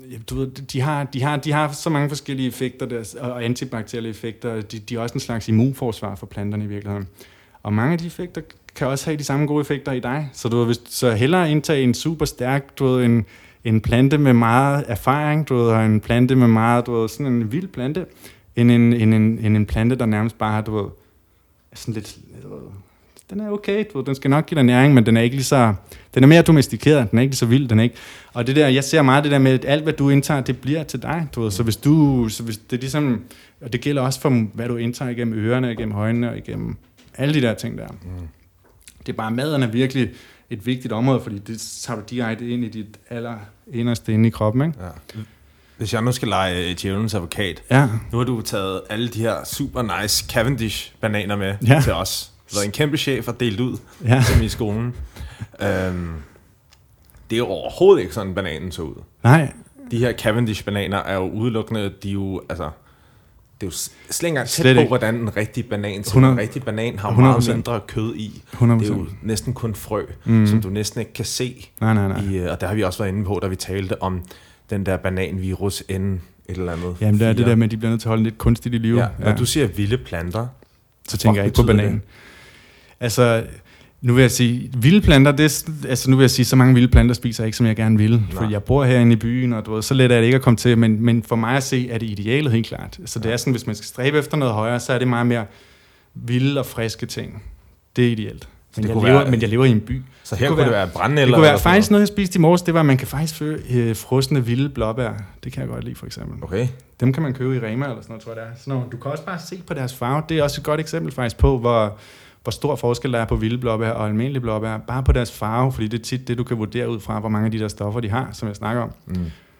du ved, de har, de har, de har så mange forskellige effekter der, og antibakterielle effekter. De, de er også en slags immunforsvar for planterne i virkeligheden. Og mange af de effekter kan også have de samme gode effekter i dig. Så du ved, hvis, så hellere indtage en super stærk, du ved, en, en plante med meget erfaring, du ved, og en plante med meget, du ved, sådan en vild plante, end en, en, en, en, en plante, der nærmest bare har, du ved, sådan lidt, du ved, den er okay, du ved, den skal nok give dig næring, men den er ikke lige så, den er mere domestikeret, den er ikke lige så vild, den er ikke. Og det der, jeg ser meget det der med, at alt hvad du indtager, det bliver til dig, du ved. Så hvis du, så hvis det er ligesom, og det gælder også for, hvad du indtager igennem ørerne, igennem øjnene og igennem alle de der ting der. Mm. Det er bare, maden er virkelig et vigtigt område, fordi det tager du direkte ind i dit aller inderste inde i kroppen, ikke? Ja. Hvis jeg nu skal lege djævelens advokat, ja. Nu har du taget alle de her super nice Cavendish-bananer med ja. til os. Du er en kæmpe chef og delt ud, ja. som i skolen. øhm, det er jo overhovedet ikke sådan, bananen så ud. Nej. De her Cavendish-bananer er jo udelukkende, de er jo, altså, det er jo slet ikke engang tæt Slet på, ikke. hvordan en rigtig banan ser. hundrede En rigtig banan har hundrede procent. meget mindre kød i. hundrede procent. Det er jo næsten kun frø, mm. som du næsten ikke kan se. Nej, nej, nej. I, og der har vi også været inde på, da vi talte om den der bananvirus N et eller andet. Jamen, det er fire. det der med, at de bliver nødt til at holde lidt kunstigt i live. Ja, når ja. du siger vilde planter, så tænker jeg ikke på bananen. Det? Altså, nu vil jeg sige, vilde planter, det, altså nu vil jeg sige, så mange vilde planter spiser jeg ikke, som jeg gerne vil. For jeg bor herinde i byen, og du ved, så let er det ikke at komme til. Men, men for mig at se, er det idealet helt klart. Så det er sådan, hvis man skal stræbe efter noget højere, så er det meget mere vilde og friske ting. Det er ideelt. Men, jeg lever, være, men jeg lever i en by. Så her det kunne, kunne det være brændenælder? Det kunne være faktisk noget, jeg spiste i morges, det var, at man kan faktisk føde øh, frosne vilde blåbær. Det kan jeg godt lide, for eksempel. Okay. Dem kan man købe i Rema eller sådan noget, tror jeg det er. Sådan noget. Du kan også bare se på deres farve. Det er også et godt eksempel faktisk på, hvor, hvor stor forskel der er på vilde blåbær og almindelige blåbær. Bare på deres farve, fordi det er tit det, du kan vurdere ud fra, hvor mange af de der stoffer, de har, som jeg snakker om. Mm.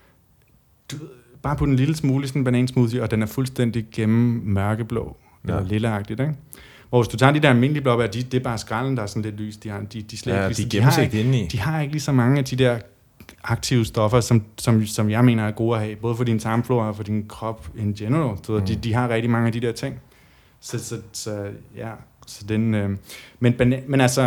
Du, bare på en lille smule sådan en banansmoothie, og den er fuldstændig gennem mørkeblå, ja. Eller lilleagtigt, ikke? Hvor hvis du tager de der almindelige blåbær, de, det er bare skralden, der er sådan lidt lys. De, har, de, de, slet ja, ikke, de, de, har ikke, inde i. de har ikke lige så mange af de der aktive stoffer, som, som, som jeg mener er gode at have, både for din tarmflora og for din krop in general. Så mm. de, de har rigtig mange af de der ting. Så, så, så ja, så den... Øh, men, men altså,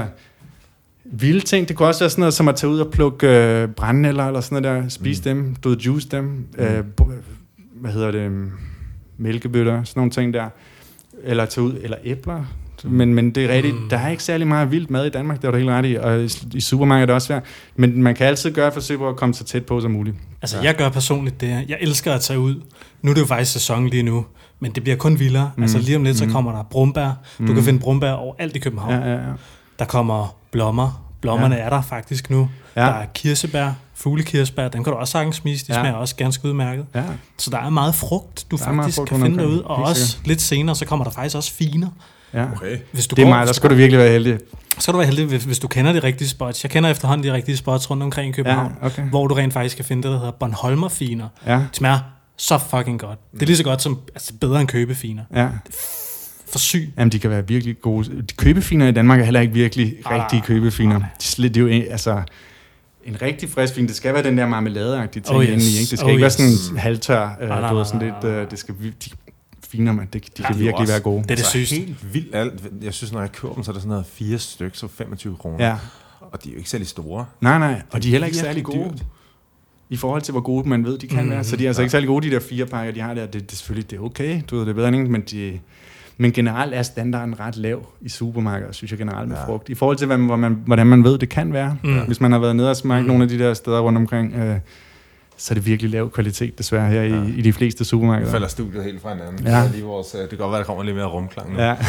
vilde ting, det kunne også være sådan noget, som at tage ud og plukke øh, brændenælder eller sådan noget der, spise mm. dem, du ved, juice dem, mm. øh, hvad hedder det, mælkebøtter, sådan nogle ting der, eller tage ud, eller æbler. Men, men det er rigtigt, mm. der er ikke særlig meget vildt mad i Danmark, det er du helt ret i, og i, i supermarkedet er det også svært. Men man kan altid gøre et forsøg på at komme så tæt på som muligt. Altså, ja. Jeg gør personligt det. Jeg elsker at tage ud. Nu er det jo faktisk sæson lige nu, men det bliver kun vildere. Mm. Altså lige om lidt, så kommer der brumbær. Du mm. kan finde brumbær overalt i København. Ja, ja, ja. Der kommer blommer. Blommerne ja. Er der faktisk nu. Ja. Der er kirsebær, fuglekirsebær, dem kan du også sagtens spise, de ja. Smager også ganske udmærket. Ja. Så der er meget frugt, du faktisk frugt, kan finde derude, og også sikkert. Lidt senere, så kommer der faktisk også finer. Ja. Okay. Hvis du det er meget, der skal du virkelig være heldig. Så skal du være heldig, hvis, hvis du kender de rigtige spots. Jeg kender efterhånden de rigtige spots rundt omkring i København, ja, okay. Hvor du rent faktisk kan finde det, der hedder Bornholmerfiner. Ja. Det smager så fucking godt. Det er lige så godt som, altså bedre end købefiner. Ja. For syg. Jamen, de kan være virkelig gode. De købefiner i Danmark er heller ikke virkelig ah, rigtige købefiner. De, det er jo altså en rigtig frisk fin. Det skal være den der marmeladeagtige ting oh, yes. inde i. Ikke? Det skal oh, ikke yes. være sådan halvtør. Uh, ah, du ved, sådan lidt. Uh, det skal de finer, man. De, de ja, kan virkelig også være gode. Det er det sygeste. Helt vildt alt. Jeg synes, når jeg køber dem, så er der sådan noget fire stykker, så femogtyve kroner. Ja. Og de er jo ikke særlig store. Nej, nej. Og de er heller ikke særlig gode. Dyrt. I forhold til, hvor gode man ved, de kan mm, være. Så de er altså ja. Ikke særlig gode, de der fire pakker, de har der. Det, det selvfølgelig, det er okay. Du ved, det er bedre end men de... Men generelt er standarden ret lav i supermarkeder, synes jeg generelt med ja. Frugt. I forhold til, hvad man, hvordan man ved, det kan være. Mm. Hvis man har været nede og smagt mm. nogle af de der steder rundt omkring, øh, så er det virkelig lav kvalitet, desværre, her ja. i, i de fleste supermarkeder. Nu falder studiet helt fra hinanden. Ja. Lige vores, det kan godt være, der kommer lidt mere rumklang nu. Ja.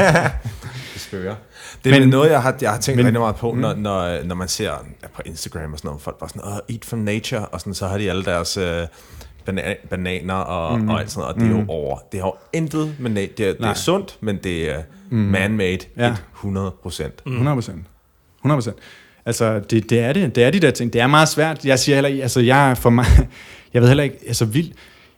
Det spørger. Det er men, noget, jeg har, jeg har tænkt men, rigtig meget på, mm. når, når, når man ser på Instagram og sådan noget, folk bare sådan, oh, eat from nature, og sådan, så har de alle deres... Øh, Bana- bananer og, mm. og alt sådan noget, og det er jo mm. over. Det har jo intet, men det er, det er sundt, men det er mm. man-made ja. hundrede procent. hundrede procent. hundrede procent. Altså, det, det er det. Det er de der ting. Det er meget svært. Jeg siger heller ikke, altså jeg for mig, jeg ved heller ikke, altså vildt.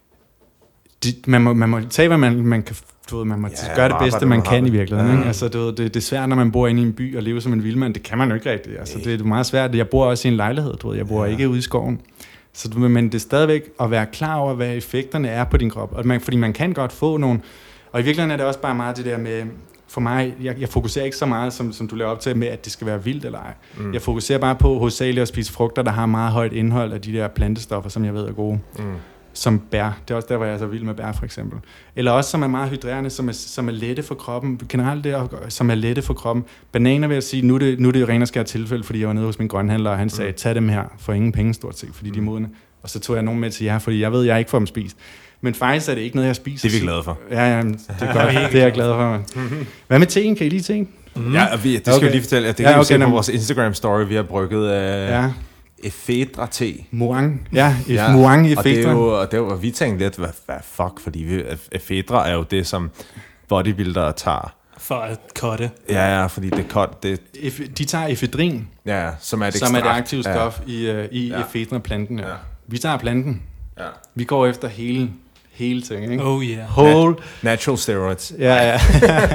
Det, man, må, man må tage, hvad man, man kan, du ved, man må ja, gøre det bedste, man kan i virkeligheden. Ja. Ikke? Altså, det, det, det er svært, når man bor inde i en by og lever som en vildmand. Det kan man jo ikke rigtigt. Altså, det er meget svært. Jeg bor også i en lejlighed, du ved. Jeg bor ja. Ikke ude i skoven. Så, men det er stadigvæk at være klar over, hvad effekterne er på din krop. Og man, fordi man kan godt få nogle... Og i virkeligheden er det også bare meget det der med... for mig, jeg, jeg fokuserer ikke så meget, som, som du laver op til, med at det skal være vildt eller ej. Mm. Jeg fokuserer bare på hovedsageligt at spise frugter, der har meget højt indhold af de der plantestoffer, som jeg ved er gode. Mm. Som bær. Det er også der, hvor jeg er så vild med bær, for eksempel. Eller også, som er meget hydrerende, som er, som er lette for kroppen. Generelt det, som er lette for kroppen. Bananer vil jeg sige, nu er det, nu er det ren og skær tilfælde, fordi jeg var nede hos min grønhandler, og han sagde, tag dem her for ingen penge stort set, fordi mm. de er modne. Og så tog jeg nogen med til jer, fordi jeg ved, jeg ikke får dem spist. Men faktisk er det ikke noget, jeg spiser. Det er vi glade for. Ja, ja, det er godt. Det er jeg glad for. Hvad med teen? Kan I lide teen? Mm. Ja, vi, det skal okay. vi lige fortælle. Det kan ja, okay, vi se på vores Instagram-story. Vi har brygget af ja. Ephedra-te. Moang. Ja, ja. Moang Ephedra. Og det er jo, og det var, vi tænkte lidt, hvad, hvad fuck, fordi vi, Ephedra er jo det, som bodybuildere tager. For at cutte. Ja, ja, fordi det cut, det... De tager efedrin, ja, som er det, som er det aktive stof ja. i, uh, i ja. Ephedra-planten. Ja. Ja. Vi tager planten. Ja. Vi går efter hele, hele ting, ikke? Oh yeah. Whole... Natural steroids. Ja, ja.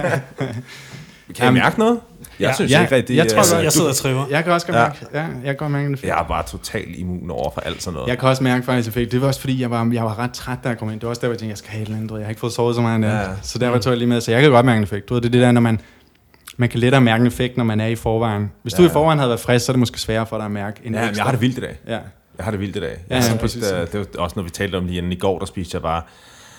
Kan I mærke noget? Jeg ja. synes ja. ikke rigtig... Jeg, tror, jeg, jeg sidder og triver. Jeg kan også ja. mærke... Ja, jeg kan godt mærke en effekt. Jeg er bare totalt immun over for alt sådan noget. Jeg kan også mærke faktisk effekt. Det var også fordi, jeg var, jeg var ret træt, da jeg kom ind. Det var også der, hvor jeg tænkte, jeg skal have et eller andet. Jeg har ikke fået sovet så meget. Ja. Så der var tog jeg lige med. Så jeg kan godt mærke en effekt. Du ved, det er det der, når man... Man kan lettere mærke en effekt, når man er i forvejen. Hvis ja. du i forvejen havde været frisk, så er det måske sværere for dig at mærke en ja, ekstra. Jeg har det vildt i dag. Ja. Jeg har det vildt i dag. Ja, ja, præcis. Det, det var også noget, vi talte om lige inden i går, der spiste jeg bare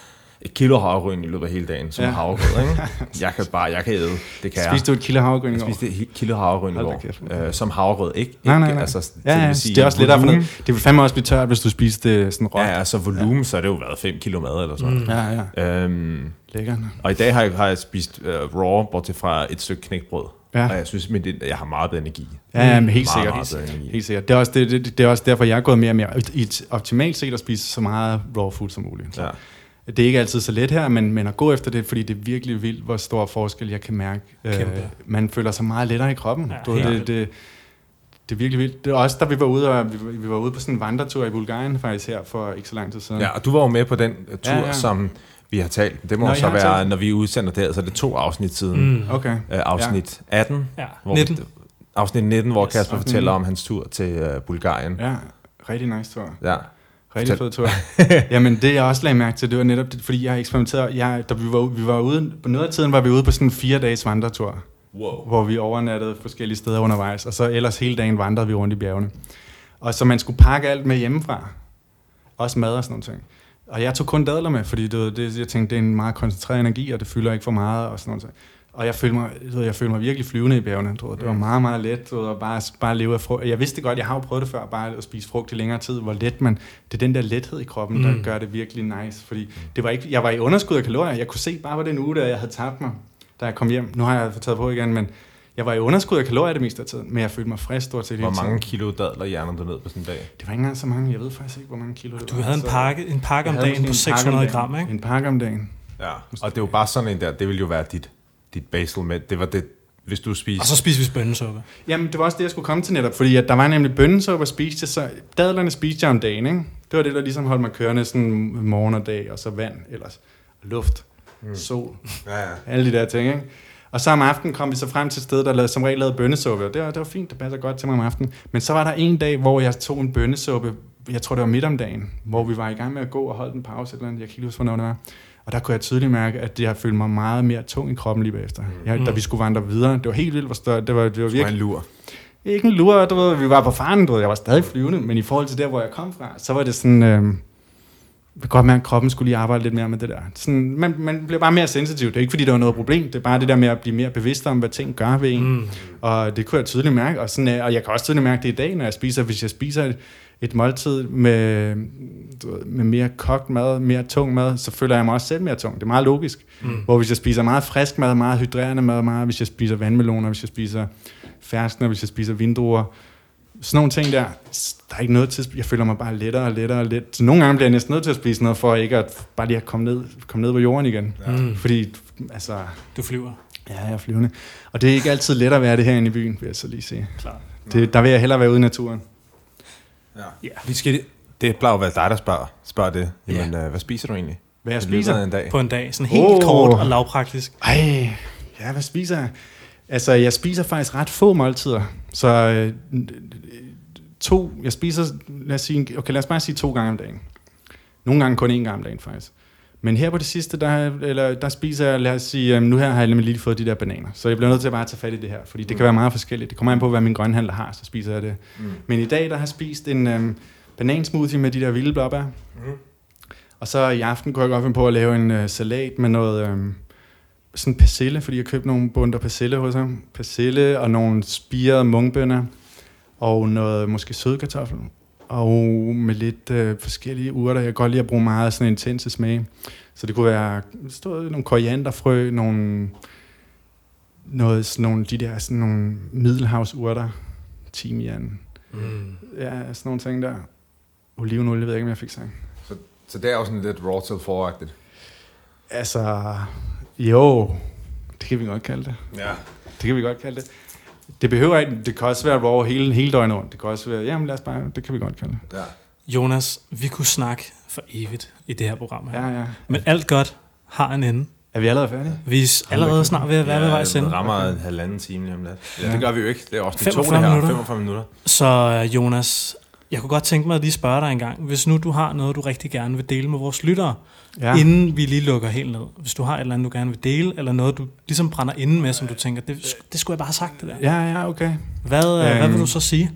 et kilo havregryn i løbet af hele dagen, som ja. havregryn, ikke? Jeg kan bare, jeg kan æde, det kan spiste du et kilo havregryn i går? Jeg spiste et kilo havregryn i går, øh, som havregryn, ikke? Nej, nej, nej. Altså, ja, ja, det, sige, det er også lidt derfor noget. Det vil fandme også blive tørt, hvis du spiser det sådan råt. Ja, altså volumen, ja. så er det jo været fem kilo mad eller sådan. Mm. Ja, ja. Øhm, Lækkert. Og i dag har jeg, har jeg spist uh, raw, bortset fra et stykke knækbrød. Ja. Og jeg synes, at jeg har meget bedre energi. Ja, ja men helt sikkert. Meget, meget helt sikkert. Det er, også, det, det, det er også derfor, jeg er gået mere og mere i et optimalt set at spise så meget raw food som muligt. Så. Ja. Det er ikke altid så let her, men, men at gå efter det, fordi det er virkelig vildt, hvor stor forskel jeg kan mærke. Øh, man føler sig meget lettere i kroppen. Ja, det, det, det, det er virkelig vildt. Det er også, da vi var ude, og vi, vi var ude på sådan en vandretur i Bulgarien faktisk her for ikke så lang tid siden. Ja, og du var jo med på den tur, ja, ja. som... Vi har talt. Det må Nå, så være, talt. Når vi udsender det, så er det to afsnit siden. Mm. Okay. Uh, afsnit ja. atten. Ja. Hvor nitten. Vi, afsnit nitten, hvor Kasper yes. fortæller om hans tur til uh, Bulgarien. Ja, rigtig nice tur. Ja. Rigtig fed tur. Jamen, det jeg også lagde mærke til, det var netop det, fordi jeg eksperimenterede. Jeg, da vi var, vi var ude, på noget af tiden var vi ude på sådan en fire dages vandretur. Wow. Hvor vi overnattede forskellige steder undervejs. Og så ellers hele dagen vandrede vi rundt i bjergene. Og så man skulle pakke alt med hjemmefra. Også mad og sådan noget ting. Og jeg tog kun dadler med, fordi det, det, jeg tænkte, det er en meget koncentreret energi, og det fylder ikke for meget og sådan noget. Og jeg følte mig, jeg følte mig virkelig flyvende i bjergene. Det var meget, meget let og bare, bare leve af frugt. Jeg vidste godt, jeg har jo prøvet det før, bare at spise frugt i længere tid, hvor let man... Det er den der lethed i kroppen, mm. der gør det virkelig nice. Fordi det var ikke, jeg var i underskud af kalorier. Jeg kunne se bare på den uge, da jeg havde tabt mig, da jeg kom hjem. Nu har jeg taget på igen, men... Jeg var i underskud af kalorier det meste af tiden, men jeg følte mig frisk stort set hele tiden. Hvor mange kilo dadler hjernen du ned på sådan en dag? Det var ikke engang så mange. Jeg ved faktisk ikke, hvor mange kilo det du var. Du havde en pakke, en pakke om dagen på seks hundrede gram, ikke? En pakke om dagen. Ja, og det er jo bare sådan en der, det ville jo være dit, dit basal med. Det var det, hvis du spiser... Og så spiser vi bønnesuppe. Jamen, det var også det, jeg skulle komme til netop, fordi at der var nemlig bønnesuppe og spiste, så dadlerne spiste jeg om dagen, ikke? Det var det, der ligesom holdt mig kørende sådan morgen og dag, og så vand ellers. Luft, mm. sol, ja, ja. Alle de der ting, ikke? Og så om aftenen kom vi så frem til et sted, der lavede, som regel lavede bønnesuppe, og det var, det var fint, det passer godt til mig om aftenen. Men så var der en dag, hvor jeg tog en bønnesuppe, jeg tror det var midt om dagen, hvor vi var i gang med at gå og holde en pause, eller andet, jeg kan ikke huske, hvornår det var. Og der kunne jeg tydeligt mærke, at jeg følte mig meget mere tung i kroppen lige bagefter. Jeg, da vi skulle vandre videre, det var helt vildt, hvor større, det var, det var virkelig... en lur. Ikke en lur, du ved, vi var på faren, du ved, jeg var stadig flyvende, men i forhold til der, hvor jeg kom fra, så var det sådan... Øh, jeg kan godt mærke, at kroppen skulle lige arbejde lidt mere med det der. Sådan, man, man bliver bare mere sensitiv. Det er ikke, fordi der var noget problem. Det er bare det der med at blive mere bevidst om, hvad ting gør ved en. Mm. Og det kunne jeg tydeligt mærke. Og, sådan, og jeg kan også tydeligt mærke det i dag, når jeg spiser. Hvis jeg spiser et, et måltid med, med mere kogt mad, mere tung mad, så føler jeg mig også selv mere tung. Det er meget logisk. Mm. Hvor hvis jeg spiser meget frisk mad, meget hydrerende mad, meget, hvis jeg spiser vandmeloner, hvis jeg spiser ferskner, hvis jeg spiser vindruer, sådan nogle ting der, der er ikke noget til, jeg føler mig bare lettere og lettere og let. Så nogle gange bliver jeg næsten nødt til at spise noget, for ikke at bare lige at komme ned, komme ned på jorden igen. Ja. Mm. Fordi, altså... Du flyver. Ja, jeg er flyvende. Og det er ikke altid let at være det herinde i byen, vil jeg så lige sige. Klar. Det, der vil jeg hellere være ude i naturen. Ja. Ja. Vi skal, det plejer at være dig, der spørger, spørger det. Jamen, ja. øh, hvad spiser du egentlig? Hvad jeg spiser? En dag? På en dag. Sådan helt oh. kort og lavpraktisk. Ej, ja, hvad spiser jeg? Altså, jeg spiser faktisk ret få måltider. Så... Øh, To, jeg spiser, lad os sige, okay, lad os bare sige to gange om dagen. Nogle gange kun én gang om dagen, faktisk. Men her på det sidste, der, eller, der spiser jeg, lad os sige, um, nu her har jeg lige fået de der bananer. Så jeg bliver nødt til at bare tage fat i det her, fordi det mm. kan være meget forskelligt. Det kommer an på, hvad min grønhandler har, så spiser jeg det. Mm. Men i dag, der har jeg spist en um, banansmoothie med de der vilde blåbær. Mm. Og så i aften kunne jeg godt finde på at lave en uh, salat med noget um, sådan persille, fordi jeg købte nogle bunter persille hos ham. Persille og nogle spirede mungbønner og noget måske sødkartoffel. Og med lidt øh, forskellige urter. Jeg kan godt lide at bruge meget sådan intense smag. Så det kunne være stået nogle korianderfrø, nogle, noget, sådan nogle, de der sådan nogle middelhavsurter, timian, mm. ja, sådan nogle ting der. Olivenolie, ved jeg ikke, om jeg fik sagt. Så, så det er jo sådan lidt raw till four-agtigt? Altså, jo, det kan vi godt kalde det. Ja. Det kan vi godt kalde det. Det behøver ikke, det kan også være raw hele, hele døgnet rundt. Det kan også være, jamen lad os bare, det kan vi godt kalde det. Ja. Jonas, vi kunne snakke for evigt i det her program her. Ja, ja. Men alt godt har en ende. Er vi allerede færdige? Vi er allerede snart ved at være ja, ved vej sende. Ja, rammer en halvanden time lige om lidt. Ja, ja, det gør vi jo ikke. Det er også de to femogfyrre her, minutter. femogfyrre minutter. Så Jonas, jeg kunne godt tænke mig at lige spørge dig en gang. Hvis nu du har noget, du rigtig gerne vil dele med vores lyttere, ja. Inden vi lige lukker helt ned. Hvis du har et eller andet, du gerne vil dele, eller noget, du ligesom brænder inde med, som du tænker, det, det skulle jeg bare have sagt det der. Ja, ja, okay. Hvad, øhm, hvad vil du så sige?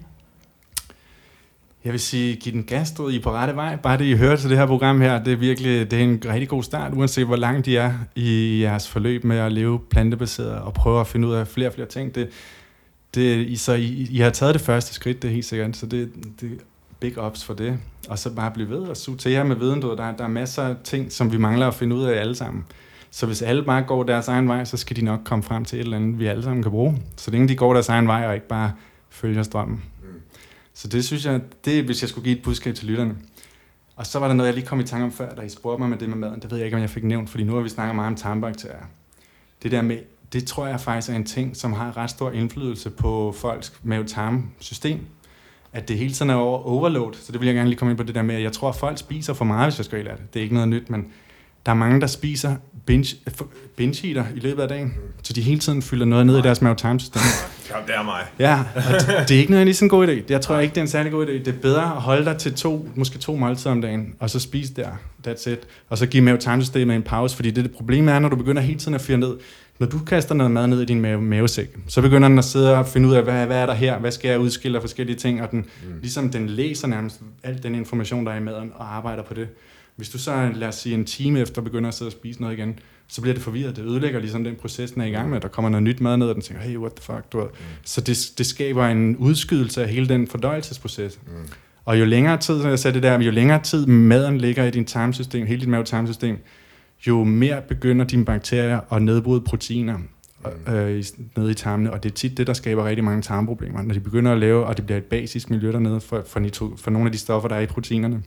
Jeg vil sige, giv den gas, stod I på rette vej. Bare det, I hører til det her program her, det er virkelig det er en rigtig god start, uanset hvor langt de er i jeres forløb med at leve plantebaseret og prøve at finde ud af flere og flere ting. Det, det, I, så I, I har taget det første skridt, det er helt sikkert, så det, det big ups for det. Og så bare blive ved og suge til jer med viden. Der, der er masser af ting, som vi mangler at finde ud af alle sammen. Så hvis alle bare går deres egen vej, så skal de nok komme frem til et eller andet, vi alle sammen kan bruge. Så længe de går deres egen vej og ikke bare følger strømmen. Så det synes jeg, det er, hvis jeg skulle give et budskab til lytterne. Og så var der noget, jeg lige kom i tanke om før, da I spurgte mig med det med maden. Det ved jeg ikke, om jeg fik nævnt, fordi nu har vi snakket meget om tarmbakterier. Det der med, det tror jeg faktisk er en ting, som har ret stor indflydelse på folks mave-tarmsystem. At det hele tiden er over overload, så det vil jeg gerne lige komme ind på det der med, at jeg tror, at folk spiser for meget, hvis jeg skal det. Det er ikke noget nyt, men der er mange, der spiser binge, binge eater i løbet af dagen, så de hele tiden fylder noget ned i deres mave-tarmsystem. Ja, det er mig. Ja, og det er ikke nødvendigvis en god idé. Jeg tror ikke, det er en særlig god idé. Det er bedre at holde dig til to, måske to måltider om dagen, og så spise der, that's it. Og så give mave-tarmsystemet en pause, fordi det, det problem er, når du begynder hele tiden at fyre ned. Når du kaster noget mad ned i din mave, mavesæk, så begynder den at sidde og finde ud af, hvad, hvad er der her, hvad skal jeg udskille af forskellige ting, og den, mm. ligesom den læser nærmest al den information, der er i maden, og arbejder på det. Hvis du så, lad os sige, en time efter begynder at sidde og spise noget igen, så bliver det forvirret. Det ødelægger ligesom den proces, den er i gang med. Der kommer noget nyt mad ned, og den tænker, hey, what the fuck, du ved. Mm. Så det, det skaber en udskydelse af hele den fordøjelsesproces. Mm. Og jo længere tid, som jeg sagde det der, jo længere tid maden ligger i din tarmsystem, hele dit mave-tarmsystem, jo mere begynder dine bakterier at nedbryde proteiner mm. øh, nede i tarmene. Og det er tit det, der skaber rigtig mange tarmproblemer. Når de begynder at lave, og det bliver et basisk miljø dernede for, for, nitro, for nogle af de stoffer, der er i proteinerne,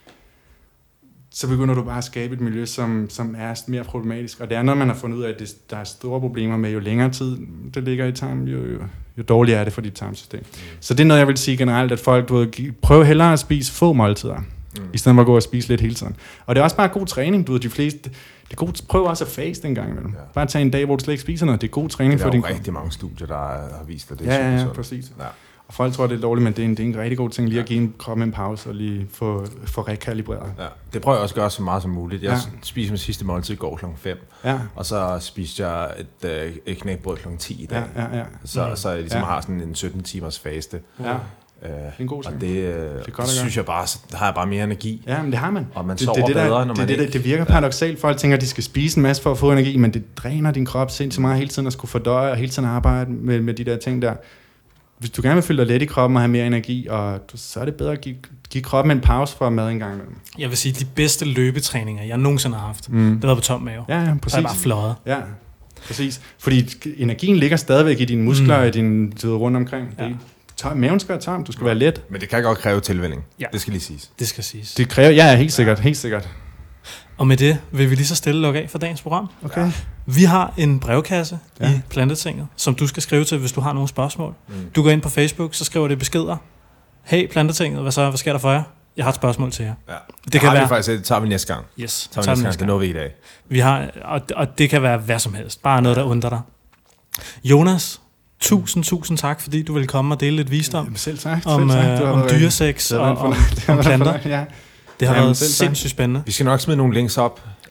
så begynder du bare at skabe et miljø, som, som er mere problematisk. Og det er noget, man har fundet ud af, at det, der er store problemer med, jo længere tid det ligger i tarmen, jo, jo, jo dårligere er det for dit tarmsystem. Mm. Så det er noget, jeg vil sige generelt, at folk prøver hellere at spise få måltider, mm. i stedet for at gå og spise lidt hele tiden. Og det er også bare god træning. Du ved, de fleste, det er god, prøv også at faste en gang imellem. Ja. Bare tage en dag, hvor du slet ikke spiser noget. Det er god træning for din krop. Der er jo rigtig mange studier, der har vist, at det er ja, ja, ja, præcis. Ja. Og folk tror, det er dårligt, men det er en, det er en rigtig god ting lige at give en krop en pause og lige få, få rekalibreret. Ja. Det prøver jeg også at gøre så meget som muligt. Jeg ja. spiste min sidste måltid i går klokken fem, ja. og så spiste jeg et, øh, et knækbrød klokken ti i dag. Ja, ja, ja. Så, mm. så jeg ligesom ja. har sådan en sytten timers faste. Ja. Øh, en god ting. Og det, øh, det, det synes jeg bare, der har jeg bare mere energi. Ja, men det har man. Og man det, sover det, det, bedre, der, når det, man det, ikke... Det, det virker paradoksalt. Folk tænker, at de skal spise en masse for at få energi, men det dræner din krop sindssygt meget hele tiden at skulle fordøje og hele tiden arbejde med, med de der ting der. Hvis du gerne vil føle dig let i kroppen og have mere energi, og så er det bedre at give, give kroppen en pause for mad en gang imellem. Jeg vil sige, de bedste løbetræninger, jeg nogensinde har haft, mm. det var på tom mave. Ja, ja, præcis. Så er bare fløjet. Ja, præcis. Fordi energien ligger stadigvæk i dine muskler og mm. i din rundt omkring. Ja. Det, maven skal være tom, du skal være let. Men det kan godt kræve tilvænning. Ja. Det skal lige siges. Det skal siges. Det kræver, ja, helt sikkert, ja. helt sikkert. Og med det vil vi lige så stille lukke af for dagens program. Okay. Vi har en brevkasse ja. i Plantetinget, som du skal skrive til, hvis du har nogle spørgsmål. Mm. Du går ind på Facebook, så skriver det beskeder. Hey Plantetinget, hvad så? Hvad sker der for jer? Jeg har et spørgsmål til jer. Ja. Det, det kan være. Vi faktisk, det tager vi næste gang. Yes, tager vi næste gang. Det når vi i dag. Vi har, og, og det kan være hvad som helst. Bare noget, der undrer dig. Jonas, tusind, tusind tak, fordi du ville komme og dele lidt visdom. Jamen, selv tak. Om, selv tak. Øh, om dyresex og om, om planter. ja. Det har Jamen, været sindssygt spændende. Vi skal nok smide nogle links op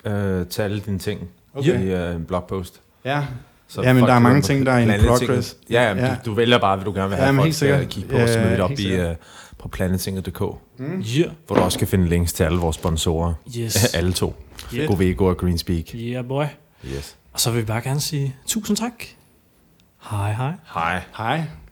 øh, til alle dine ting Okay. i øh, en blogpost. Ja. Så Ja, men folk der er kan mange være ting, der er in Planetinget. progress. Ja, jamen, Ja. Du, du vælger bare, hvad du gerne vil have, Ja, men folk helt skal sikkert. kigge på, Ja, og smide det op helt i, sikkert. uh, på planetinget punktum d k, Mm. Yeah. hvor du også kan finde links til alle vores sponsorer. Yes. Alle to. Fedt. Govego og Greenspeak. Yeah, boy. Yes. Og så vil vi bare gerne sige tusind tak. Hej, hej. Hej. Hej.